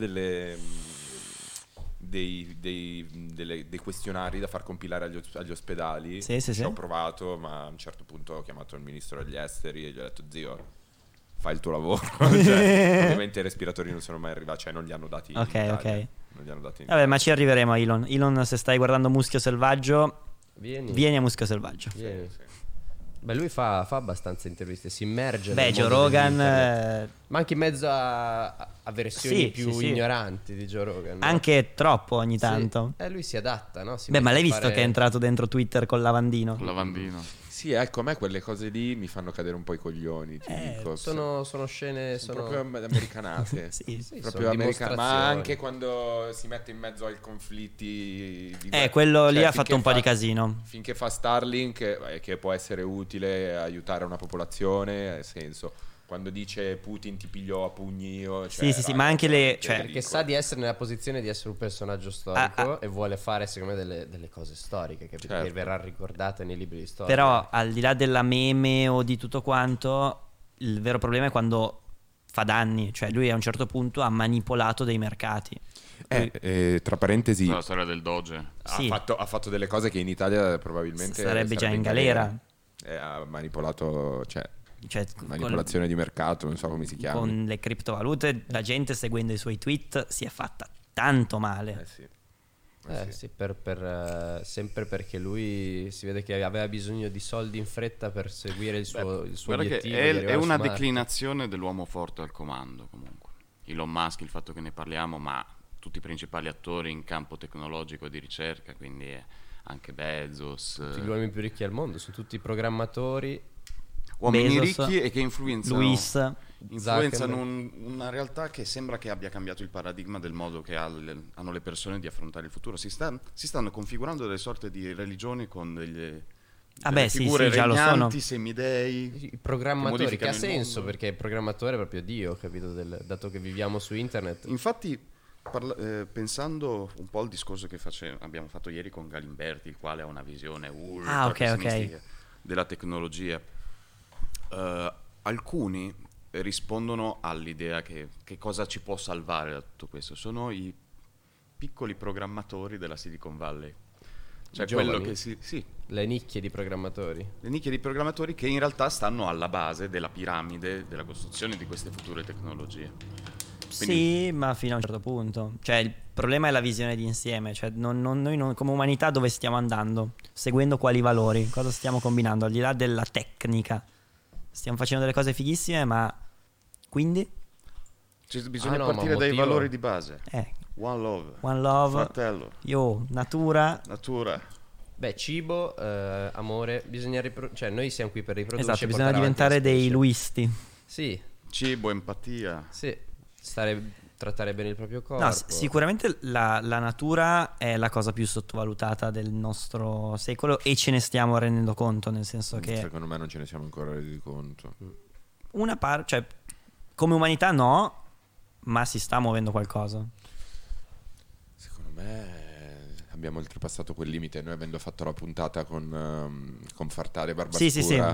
dei questionari da far compilare agli ospedali. Sì, sì, Ci sì. ho provato, ma a un certo punto ho chiamato il ministro degli esteri e gli ho detto: zio, fai il tuo lavoro. Cioè, ovviamente i respiratori non sono mai arrivati, cioè non li hanno dati in Ok, Italia. ok. Non li hanno dati in Vabbè, ma ci arriveremo a Elon. Elon, se stai guardando Muschio Selvaggio, vieni a Muschio Selvaggio. Vieni. Sì. Beh, lui fa abbastanza interviste, si immerge Beh, nel Joe mondo Rogan, dell'internet. Ma anche in mezzo a versioni Sì, più sì, sì. ignoranti di Joe Rogan, no? anche troppo ogni Sì. tanto. Lui si adatta, no? Si Beh, ma mette l'hai a visto fare- che è entrato dentro Twitter col lavandino? Con lavandino. Sì, ecco, a me quelle cose lì mi fanno cadere un po' i coglioni, ti dico. Sono scene, Sono sono... proprio americanate. Sì. Sì, Proprio sono americana, ma dimostrazioni. anche quando si mette in mezzo ai conflitti di Quello lì cioè, ha fatto un po' di finché casino. finché fa Starlink, che può essere utile aiutare una popolazione, ha senso. Quando dice Putin ti pigliò a pugni io, Sì, sì, sì, ma anche le- cioè- Perché sa di essere nella posizione di essere un personaggio storico e vuole fare, secondo me, delle cose storiche che Certo. verrà ricordate nei libri di storia. Però al di là della meme o di tutto quanto, il vero problema è quando fa danni. Cioè lui a un certo punto ha manipolato dei mercati. tra parentesi, La storia del Doge. Sì. ha fatto delle cose che in Italia probabilmente Sarebbe già in galera. Ha manipolato, cioè Cioè, manipolazione di mercato, non so come si chiama. con le criptovalute la gente seguendo i suoi tweet si è fatta tanto male. Sì. Sì, sempre perché lui si vede che aveva bisogno di soldi in fretta per seguire il suo Guarda che obiettivo. di è arrivare una su Marte. declinazione dell'uomo forte al comando, comunque. Elon Musk, il fatto che ne parliamo, ma tutti i principali attori in campo tecnologico e di ricerca, quindi anche Bezos, Tutti gli uomini più ricchi al mondo sono tutti programmatori. uomini Bezos, ricchi e che influenzano Luis, una realtà che sembra che abbia cambiato il paradigma del modo che hanno le persone di affrontare il futuro. Si stanno configurando delle sorte di religioni con delle beh, sì, figure sì, già lo regnanti, sono. semidei, I programmatori, che ha modificano il senso mondo. perché il programmatore è proprio Dio, capito? Dato che viviamo su internet. Infatti, pensando un po' al discorso che abbiamo fatto ieri con Galimberti, il quale ha una visione ultra ok, pessimistica della tecnologia, alcuni rispondono all'idea che cosa ci può salvare da tutto questo. Sono i piccoli programmatori della Silicon Valley. Cioè Giovani? quello che sì, Le nicchie di programmatori. le nicchie di programmatori che in realtà stanno alla base della piramide della costruzione di queste future tecnologie. sì, ma fino a un certo punto. Cioè il problema è la visione di insieme. Cioè noi come umanità dove stiamo andando? Seguendo quali valori? Cosa stiamo combinando? Al di là della tecnica. Stiamo facendo delle cose fighissime, ma quindi? Bisogna no, ma partire dai motivo- valori di base. Eh, One love, one love, fratello, natura, natura, Beh, cibo, amore, bisogna cioè noi siamo qui per riprodurci. Esatto, e bisogna portare avanti la diventare dei specie. luisti. Sì, Cibo, empatia. sì, trattare bene il proprio corpo. No, sicuramente la natura è la cosa più sottovalutata del nostro secolo e ce ne stiamo rendendo conto, nel senso che Secondo me non ce ne siamo ancora resi conto. cioè come umanità no, ma si sta muovendo qualcosa. Secondo me abbiamo oltrepassato quel limite. Noi avendo fatto la puntata con Fartale e Barbascura,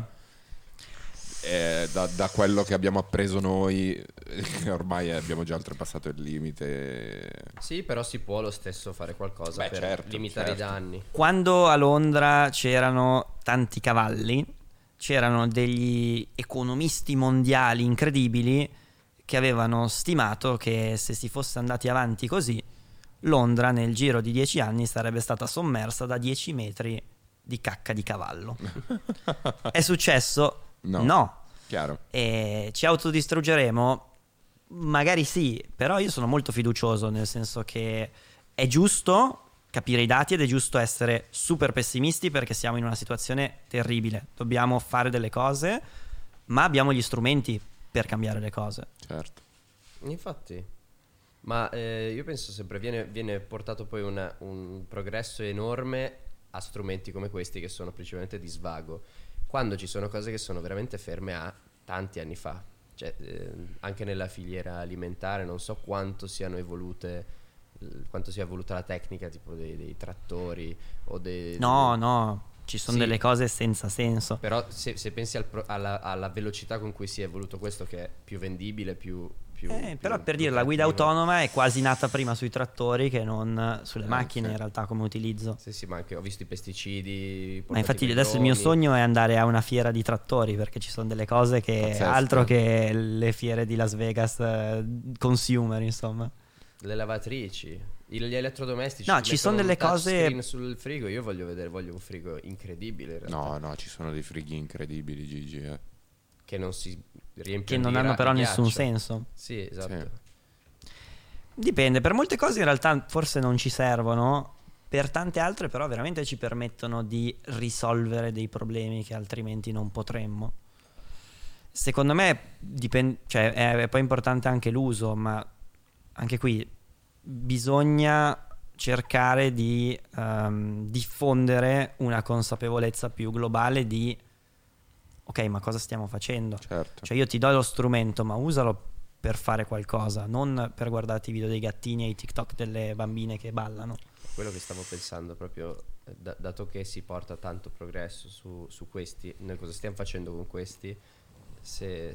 da quello che abbiamo appreso noi, ormai abbiamo già oltrepassato il limite. Sì, però si può lo stesso fare qualcosa per certo, limitare certo. i danni. Quando a Londra c'erano tanti cavalli, c'erano degli economisti mondiali incredibili che avevano stimato che se si fosse andati avanti così, Londra nel giro di 10 anni sarebbe stata sommersa da 10 metri di cacca di cavallo. È successo? No. Chiaro. E ci autodistruggeremo? Magari sì, però io sono molto fiducioso, nel senso che è giusto capire i dati ed è giusto essere super pessimisti perché siamo in una situazione terribile. Dobbiamo fare delle cose, ma abbiamo gli strumenti per cambiare le cose. Certo. Infatti, ma io penso sempre viene portato poi un progresso enorme a strumenti come questi che sono principalmente di svago, quando ci sono cose che sono veramente ferme a tanti anni fa. Cioè, anche nella filiera alimentare non so quanto siano evolute, quanto sia evoluta la tecnica tipo dei trattori o No, ci sono Sì. delle cose senza senso. Però se pensi alla velocità con cui si è evoluto questo, che è più vendibile, più Però per dire, più la guida creativa. autonoma è quasi nata prima sui trattori che non sulle macchine sì. in realtà come utilizzo. Sì, ma anche ho visto i pesticidi. Ma infatti portati adesso coi il mio droni. sogno è andare a una fiera di trattori perché ci sono delle cose che Pazzesco. altro che le fiere di Las Vegas consumer, insomma. Le lavatrici, gli elettrodomestici. No, ci sono delle cose- touchscreen sul frigo. Io voglio un frigo incredibile in realtà, No, ci sono dei frighi incredibili, Gigi. che non si riempiono Che non di hanno però di nessun ghiaccio. senso. Sì, esatto. Sì. Dipende, per molte cose in realtà forse non ci servono, per tante altre però veramente ci permettono di risolvere dei problemi che altrimenti non potremmo. Secondo me cioè, è poi importante anche l'uso, ma anche qui bisogna cercare di diffondere una consapevolezza più globale di ok, ma cosa stiamo facendo? Certo. Cioè io ti do lo strumento, ma usalo per fare qualcosa, non per guardarti i video dei gattini e i TikTok delle bambine che ballano. Quello che stavo pensando proprio, dato che si porta tanto progresso su questi, noi cosa stiamo facendo con questi? Se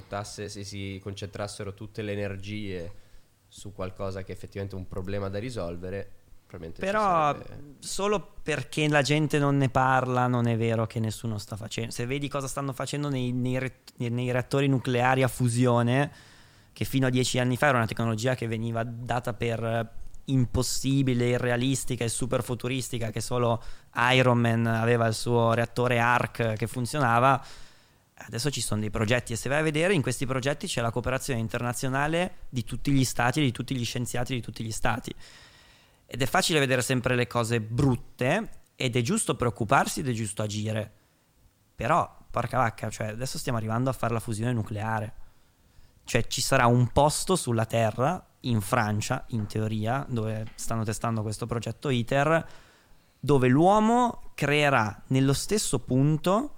si concentrassero tutte le energie su qualcosa che è effettivamente un problema da risolvere, probabilmente ci Però sarebbe- solo perché la gente non ne parla non è vero che nessuno sta facendo. Se vedi cosa stanno facendo nei reattori nucleari a fusione, che fino a 10 anni fa era una tecnologia che veniva data per impossibile, irrealistica e super futuristica, che solo Iron Man aveva il suo reattore ARC che funzionava. Adesso ci sono dei progetti e se vai a vedere in questi progetti c'è la cooperazione internazionale di tutti gli stati, di tutti gli scienziati di tutti gli stati. Ed è facile vedere sempre le cose brutte ed è giusto preoccuparsi ed è giusto agire. Però, porca vacca, cioè adesso stiamo arrivando a fare la fusione nucleare. Cioè ci sarà un posto sulla Terra, in Francia, in teoria, dove stanno testando questo progetto ITER, dove l'uomo creerà nello stesso punto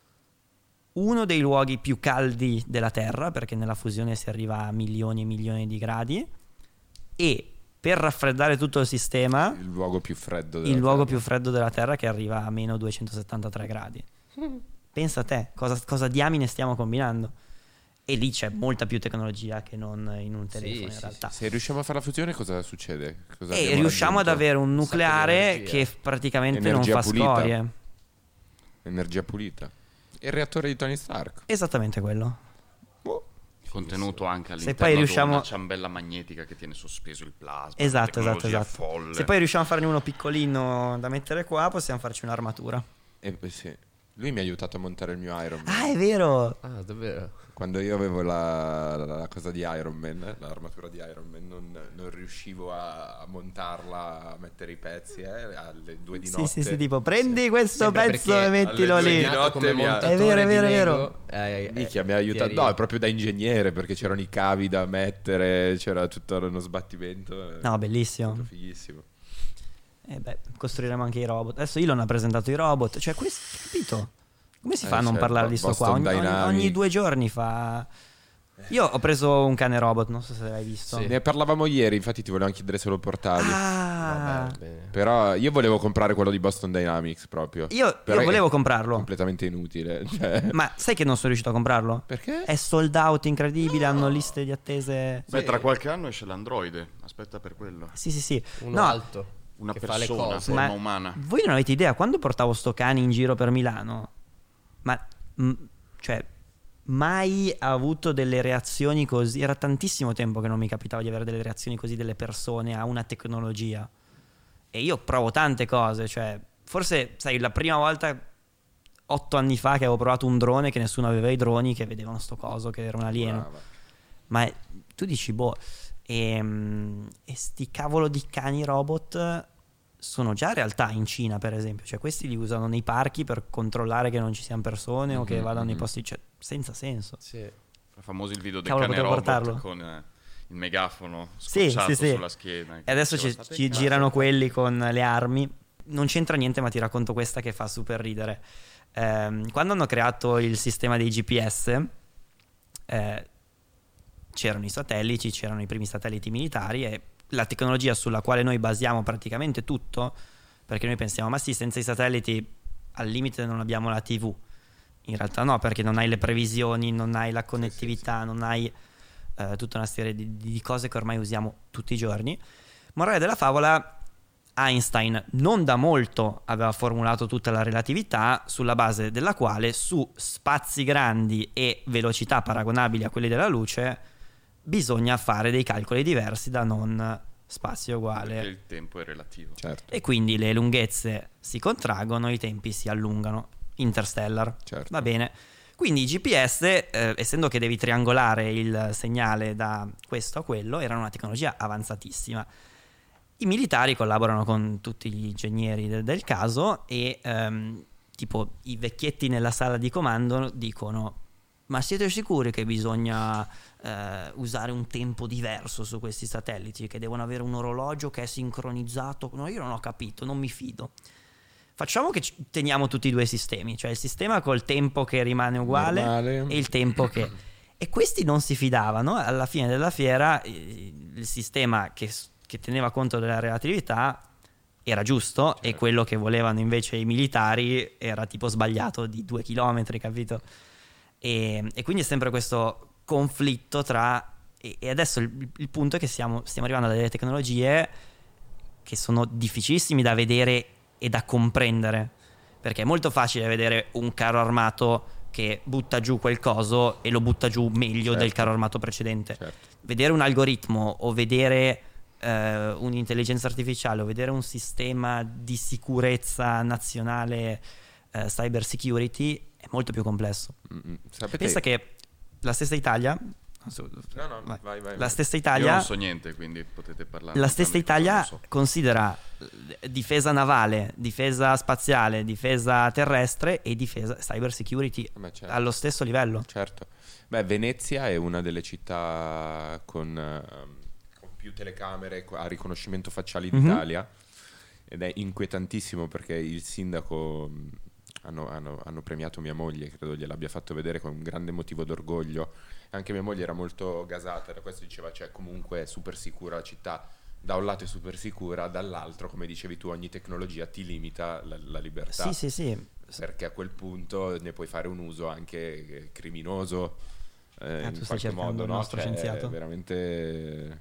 uno dei luoghi più caldi della Terra, perché nella fusione si arriva a milioni e milioni di gradi, e per raffreddare tutto il sistema, Il luogo più freddo il luogo più freddo della Terra che arriva a meno 273 gradi. Pensa a te, cosa diamine stiamo combinando? E lì c'è molta più tecnologia che non in un telefono in sì, realtà. Se riusciamo a fare la fusione, cosa succede? Cosa E abbiamo riusciamo ad raggiunto? avere un sacco di nucleare energia. che praticamente Energia non fa pulita. scorie. Energia pulita. Il reattore di Tony Stark. Esattamente quello. Contenuto anche Se all'interno poi di riusciamo- una ciambella magnetica che tiene sospeso il plasma. Esatto, una esatto, tecnologia esatto. folle. Se poi riusciamo a farne uno piccolino da mettere qua, possiamo farci un'armatura. Sì. Lui mi ha aiutato a montare il mio Iron Man. Ah, è vero. Ah, davvero? Quando io avevo la cosa di Iron Man, l'armatura di Iron Man, non riuscivo a montarla, a mettere i pezzi alle 2 di notte. Sì, tipo prendi questo Sempre pezzo perché e mettilo alle lì. due di notte mi ha- È vero, è vero, è vero. Minchia, mi ha aiutato. No, è proprio da ingegnere, perché c'erano i cavi da mettere, c'era tutto uno sbattimento. No, bellissimo. Tutto fighissimo. Costruiremo anche i robot. Adesso Elon ha presentato i robot. Cioè, capito? Come si fa a non c'è parlare il di sto qua? Boston Dynamics. Ogni 2 giorni fa. Io ho preso un cane robot, non so se l'hai visto. Ne parlavamo ieri, infatti ti volevo anche chiedere se lo portavi. Ah, Vabbè, bene. Però io volevo comprare quello di Boston Dynamics proprio. io Però è volevo comprarlo. completamente inutile. Cioè. Ma sai che non sono riuscito a comprarlo? Perché? È sold out, incredibile. Hanno liste di attese. Beh, tra qualche anno esce l'androide. Aspetta per quello. Sì. Uno No, alto. Una che fa le persona, cose. forma Ma- umana. voi non avete idea, quando portavo sto cane in giro per Milano, cioè, mai ha avuto delle reazioni così. Era tantissimo tempo che non mi capitava di avere delle reazioni così delle persone a una tecnologia. E io provo tante cose, cioè, forse, sai, la prima volta 8 anni fa che avevo provato un drone, che nessuno aveva i droni, che vedevano sto coso, che era un alieno. Brava. Ma tu dici, boh, e sti cavolo di cani robot sono già realtà in Cina, per esempio. Cioè, questi li usano nei parchi per controllare che non ci siano persone o che vadano nei posti. Cioè, senza senso. Sì. È famoso il video del Cavolo, cane potevo robot portarlo. con il megafono Sì, scocciato sì. sulla schiena. E adesso Diceva, "State ci in casa". girano quelli con le armi. Non c'entra niente, ma ti racconto questa che fa super ridere. Quando hanno creato il sistema dei GPS, c'erano i satelliti, c'erano i primi satelliti militari e la tecnologia sulla quale noi basiamo praticamente tutto, perché noi pensiamo, ma sì, senza i satelliti al limite non abbiamo la TV. In realtà no, perché non hai le previsioni, non hai la connettività, non hai tutta una serie di cose che ormai usiamo tutti i giorni. Morale della favola, Einstein non da molto aveva formulato tutta la relatività, sulla base della quale su spazi grandi e velocità paragonabili a quelli della luce bisogna fare dei calcoli diversi da non spazio uguale. Perché il tempo è relativo. Certo. E quindi le lunghezze si contraggono, i tempi si allungano. Interstellar. Certo. Va bene. Quindi i GPS, essendo che devi triangolare il segnale da questo a quello, erano una tecnologia avanzatissima. I militari collaborano con tutti gli ingegneri del caso e tipo i vecchietti nella sala di comando dicono: ma siete sicuri che bisogna usare un tempo diverso su questi satelliti, che devono avere un orologio che è sincronizzato? No, io non ho capito, non mi fido. Facciamo che teniamo tutti e due i sistemi, cioè il sistema col tempo che rimane uguale Normale. e il tempo che... E questi non si fidavano. Alla fine della fiera il sistema che teneva conto della relatività era giusto, Certo. e quello che volevano invece i militari era tipo sbagliato di 2 chilometri, capito? E quindi è sempre questo conflitto tra... E adesso il punto è che stiamo arrivando a delle tecnologie che sono difficilissimi da vedere e da comprendere, perché è molto facile vedere un carro armato che butta giù quel coso e lo butta giù meglio del carro armato precedente. Certo. Vedere un algoritmo o vedere un'intelligenza artificiale o vedere un sistema di sicurezza nazionale, cyber security, è molto più complesso. Sapete... Pensa che la stessa Italia, No, vai. la stessa Io Italia, non so niente, quindi potete parlare. la stessa entrambi di cosa Italia non so. considera difesa navale, difesa spaziale, difesa terrestre e difesa cyber security Beh, certo. allo stesso livello. Certo. Beh, Venezia è una delle città con più telecamere a riconoscimento facciale d'Italia, ed è inquietantissimo perché il sindaco hanno premiato mia moglie, credo gliel'abbia fatto vedere con un grande motivo d'orgoglio. Anche mia moglie era molto gasata da questo, diceva, cioè, comunque è super sicura la città, da un lato è super sicura, dall'altro, come dicevi tu, ogni tecnologia ti limita la libertà. Sì. Perché a quel punto ne puoi fare un uso anche criminoso, Tu in stai qualche cercando modo, il no? nostro Cioè, scienziato. veramente,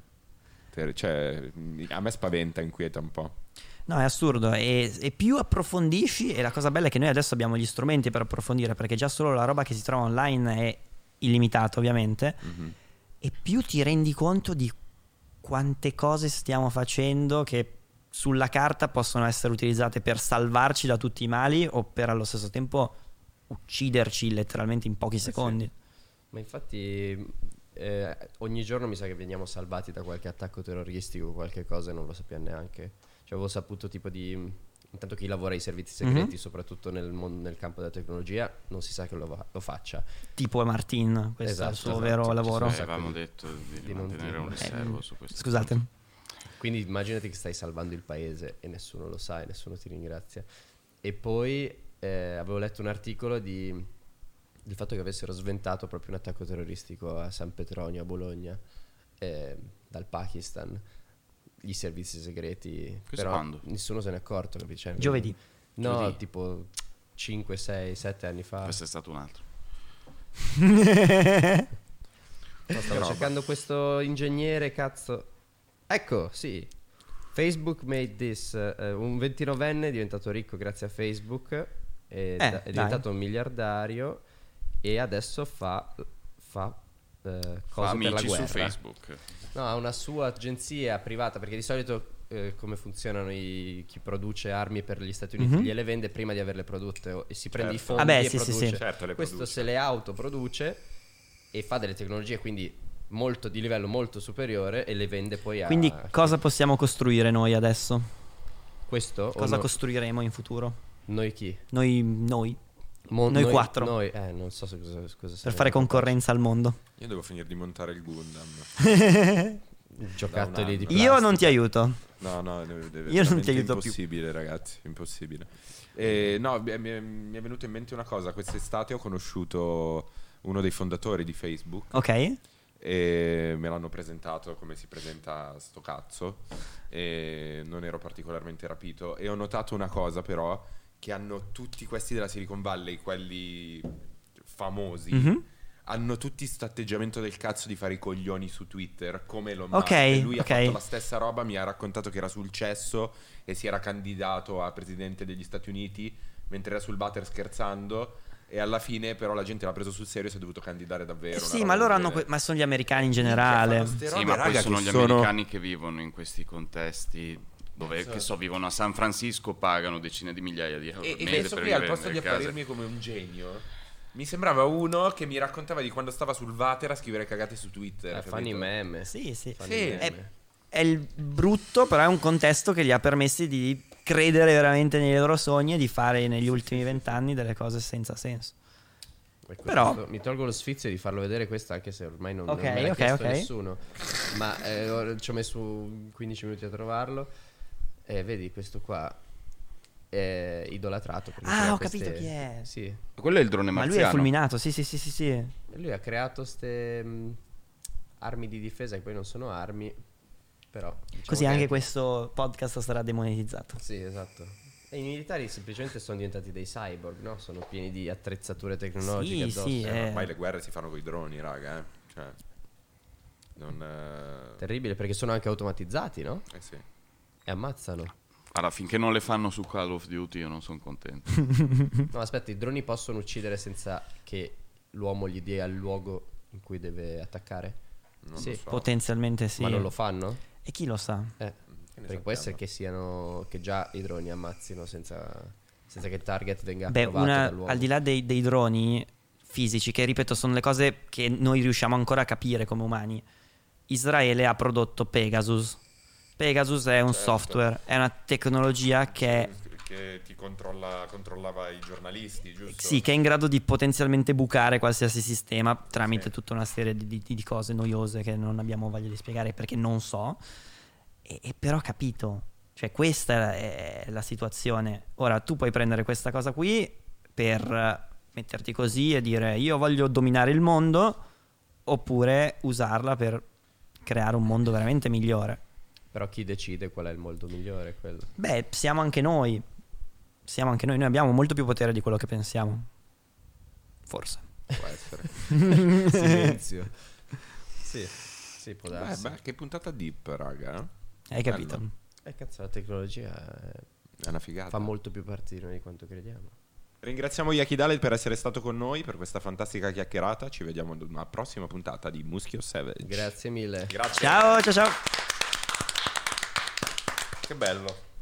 cioè, a me spaventa, inquieta un po'. No, è assurdo. E più approfondisci, e la cosa bella è che noi adesso abbiamo gli strumenti per approfondire, perché già solo la roba che si trova online è illimitata, ovviamente, e più ti rendi conto di quante cose stiamo facendo che sulla carta possono essere utilizzate per salvarci da tutti i mali o per allo stesso tempo ucciderci letteralmente in pochi secondi. Ma infatti ogni giorno mi sa che veniamo salvati da qualche attacco terroristico o qualche cosa e non lo sappiamo neanche. Cioè avevo saputo tipo di... Intanto chi lavora ai servizi segreti, soprattutto nel campo della tecnologia, non si sa che lo faccia. Tipo Martin, questo è il suo vero lavoro. Avevamo detto di mantenere un riservo su questo. Scusate. Quindi immaginati che stai salvando il paese e nessuno lo sa e nessuno ti ringrazia. E poi avevo letto un articolo del fatto che avessero sventato proprio un attacco terroristico a San Petronio, a Bologna, dal Pakistan, gli servizi segreti. Però quando? nessuno se n'è accorto, capisci? Cioè, Giovedì. No, Giovedì. tipo 5, 6, 7 anni fa. Questo è stato un altro. No, stavo cercando questo ingegnere, cazzo. Ecco, sì. Facebook made this. Un 29enne è diventato ricco grazie a Facebook. È diventato un miliardario. E adesso fa cose per la amici guerra. su Facebook. No, ha una sua agenzia privata. Perché di solito come funzionano chi produce armi per gli Stati Uniti? Gliele vende prima di averle prodotte e si prende i fondi Vabbè, e sì, sì, produce. sì. Certo, le Questo produce. se le autoproduce e fa delle tecnologie quindi molto di livello molto superiore e le vende poi a... Quindi cosa possiamo costruire noi adesso? Questo? Cosa costruiremo in futuro? Noi chi? Noi Noi quattro. Noi, non so cosa per saremo fare concorrenza al mondo. Io devo finire di montare il Gundam. Giocattoli di Da un anno. plastica. Io non ti aiuto. No, Io non ti aiuto più. Impossibile, ragazzi, impossibile. No, mi è venuto in mente una cosa. Quest'estate ho conosciuto uno dei fondatori di Facebook Ok. e me l'hanno presentato come si presenta sto cazzo e non ero particolarmente rapito. E ho notato una cosa però, che hanno tutti questi della Silicon Valley, quelli famosi, hanno tutti sto atteggiamento del cazzo di fare i coglioni su Twitter come Elon Musk. Ok, E lui ok. ha fatto la stessa roba, mi ha raccontato che era sul cesso e si era candidato a presidente degli Stati Uniti mentre era sul water scherzando, e alla fine però la gente l'ha preso sul serio e si è dovuto candidare davvero. Sì, ma loro hanno ma sono gli americani in generale. Sì, ma poi sono gli americani che vivono in questi contesti dove, che so, vivono a San Francisco, pagano decine di migliaia di euro E al mese questo per qui, al vivere posto di nelle case. apparirmi come un genio, mi sembrava uno che mi raccontava di quando stava sul water a scrivere cagate su Twitter. Fanno i capito? meme. Sì, sì. Fanno i Sì. meme. È il brutto, però è un contesto che gli ha permessi di credere veramente nei loro sogni e di fare negli ultimi 20 anni delle cose senza senso. Ecco, Però- mi tolgo lo sfizio di farlo vedere questo, anche se ormai non Ok, me l'ha ok, chiesto ok. nessuno. Ma ci ho messo 15 minuti a trovarlo. E vedi, questo qua è idolatrato. perché Ah, crea ho capito chi è. Sì. Quello è il drone Ma lui marziano. è fulminato, sì. E lui ha creato queste armi di difesa che poi non sono armi, però... diciamo Così che- anche questo podcast sarà demonetizzato. Sì, esatto. E i militari semplicemente sono diventati dei cyborg, no? Sono pieni di attrezzature tecnologiche Sì, addosso. sì, Ma ormai le guerre si fanno con i droni, raga. Cioè, non. Terribile perché sono anche automatizzati, no? Sì. E ammazzano. Allora, finché non le fanno su Call of Duty io non sono contento. No, aspetta, i droni possono uccidere senza che l'uomo gli dia il luogo in cui deve attaccare? Non Sì. lo so. Potenzialmente sì. Ma non lo fanno? E chi lo sa? Perché può essere che siano che già i droni ammazzino senza che il target venga Beh, provato dall'uomo. al di là dei droni fisici, che ripeto sono le cose che noi riusciamo ancora a capire come umani, Israele ha prodotto Pegasus. Pegasus è un software, è una tecnologia che ti controllava i giornalisti, giusto? sì, che è in grado di potenzialmente bucare qualsiasi sistema tramite tutta una serie di cose noiose che non abbiamo voglia di spiegare perché non so. E però capito, cioè questa è la situazione. Ora tu puoi prendere questa cosa qui per metterti così e dire io voglio dominare il mondo, oppure usarla per creare un mondo veramente migliore. Però chi decide qual è il mondo migliore? Quello. Beh, siamo anche noi, noi abbiamo molto più potere di quello che pensiamo. Forse. Può essere. Silenzio. Sì, può darsi. Beh, che puntata deep, raga. Hai capito? Bello. Cazzo, la tecnologia È una figata. fa molto più parte di noi di quanto crediamo. Ringraziamo Yakidale per essere stato con noi per questa fantastica chiacchierata. Ci vediamo ad una prossima puntata di Muschio Savage. Grazie mille. Grazie. Ciao. Che bello.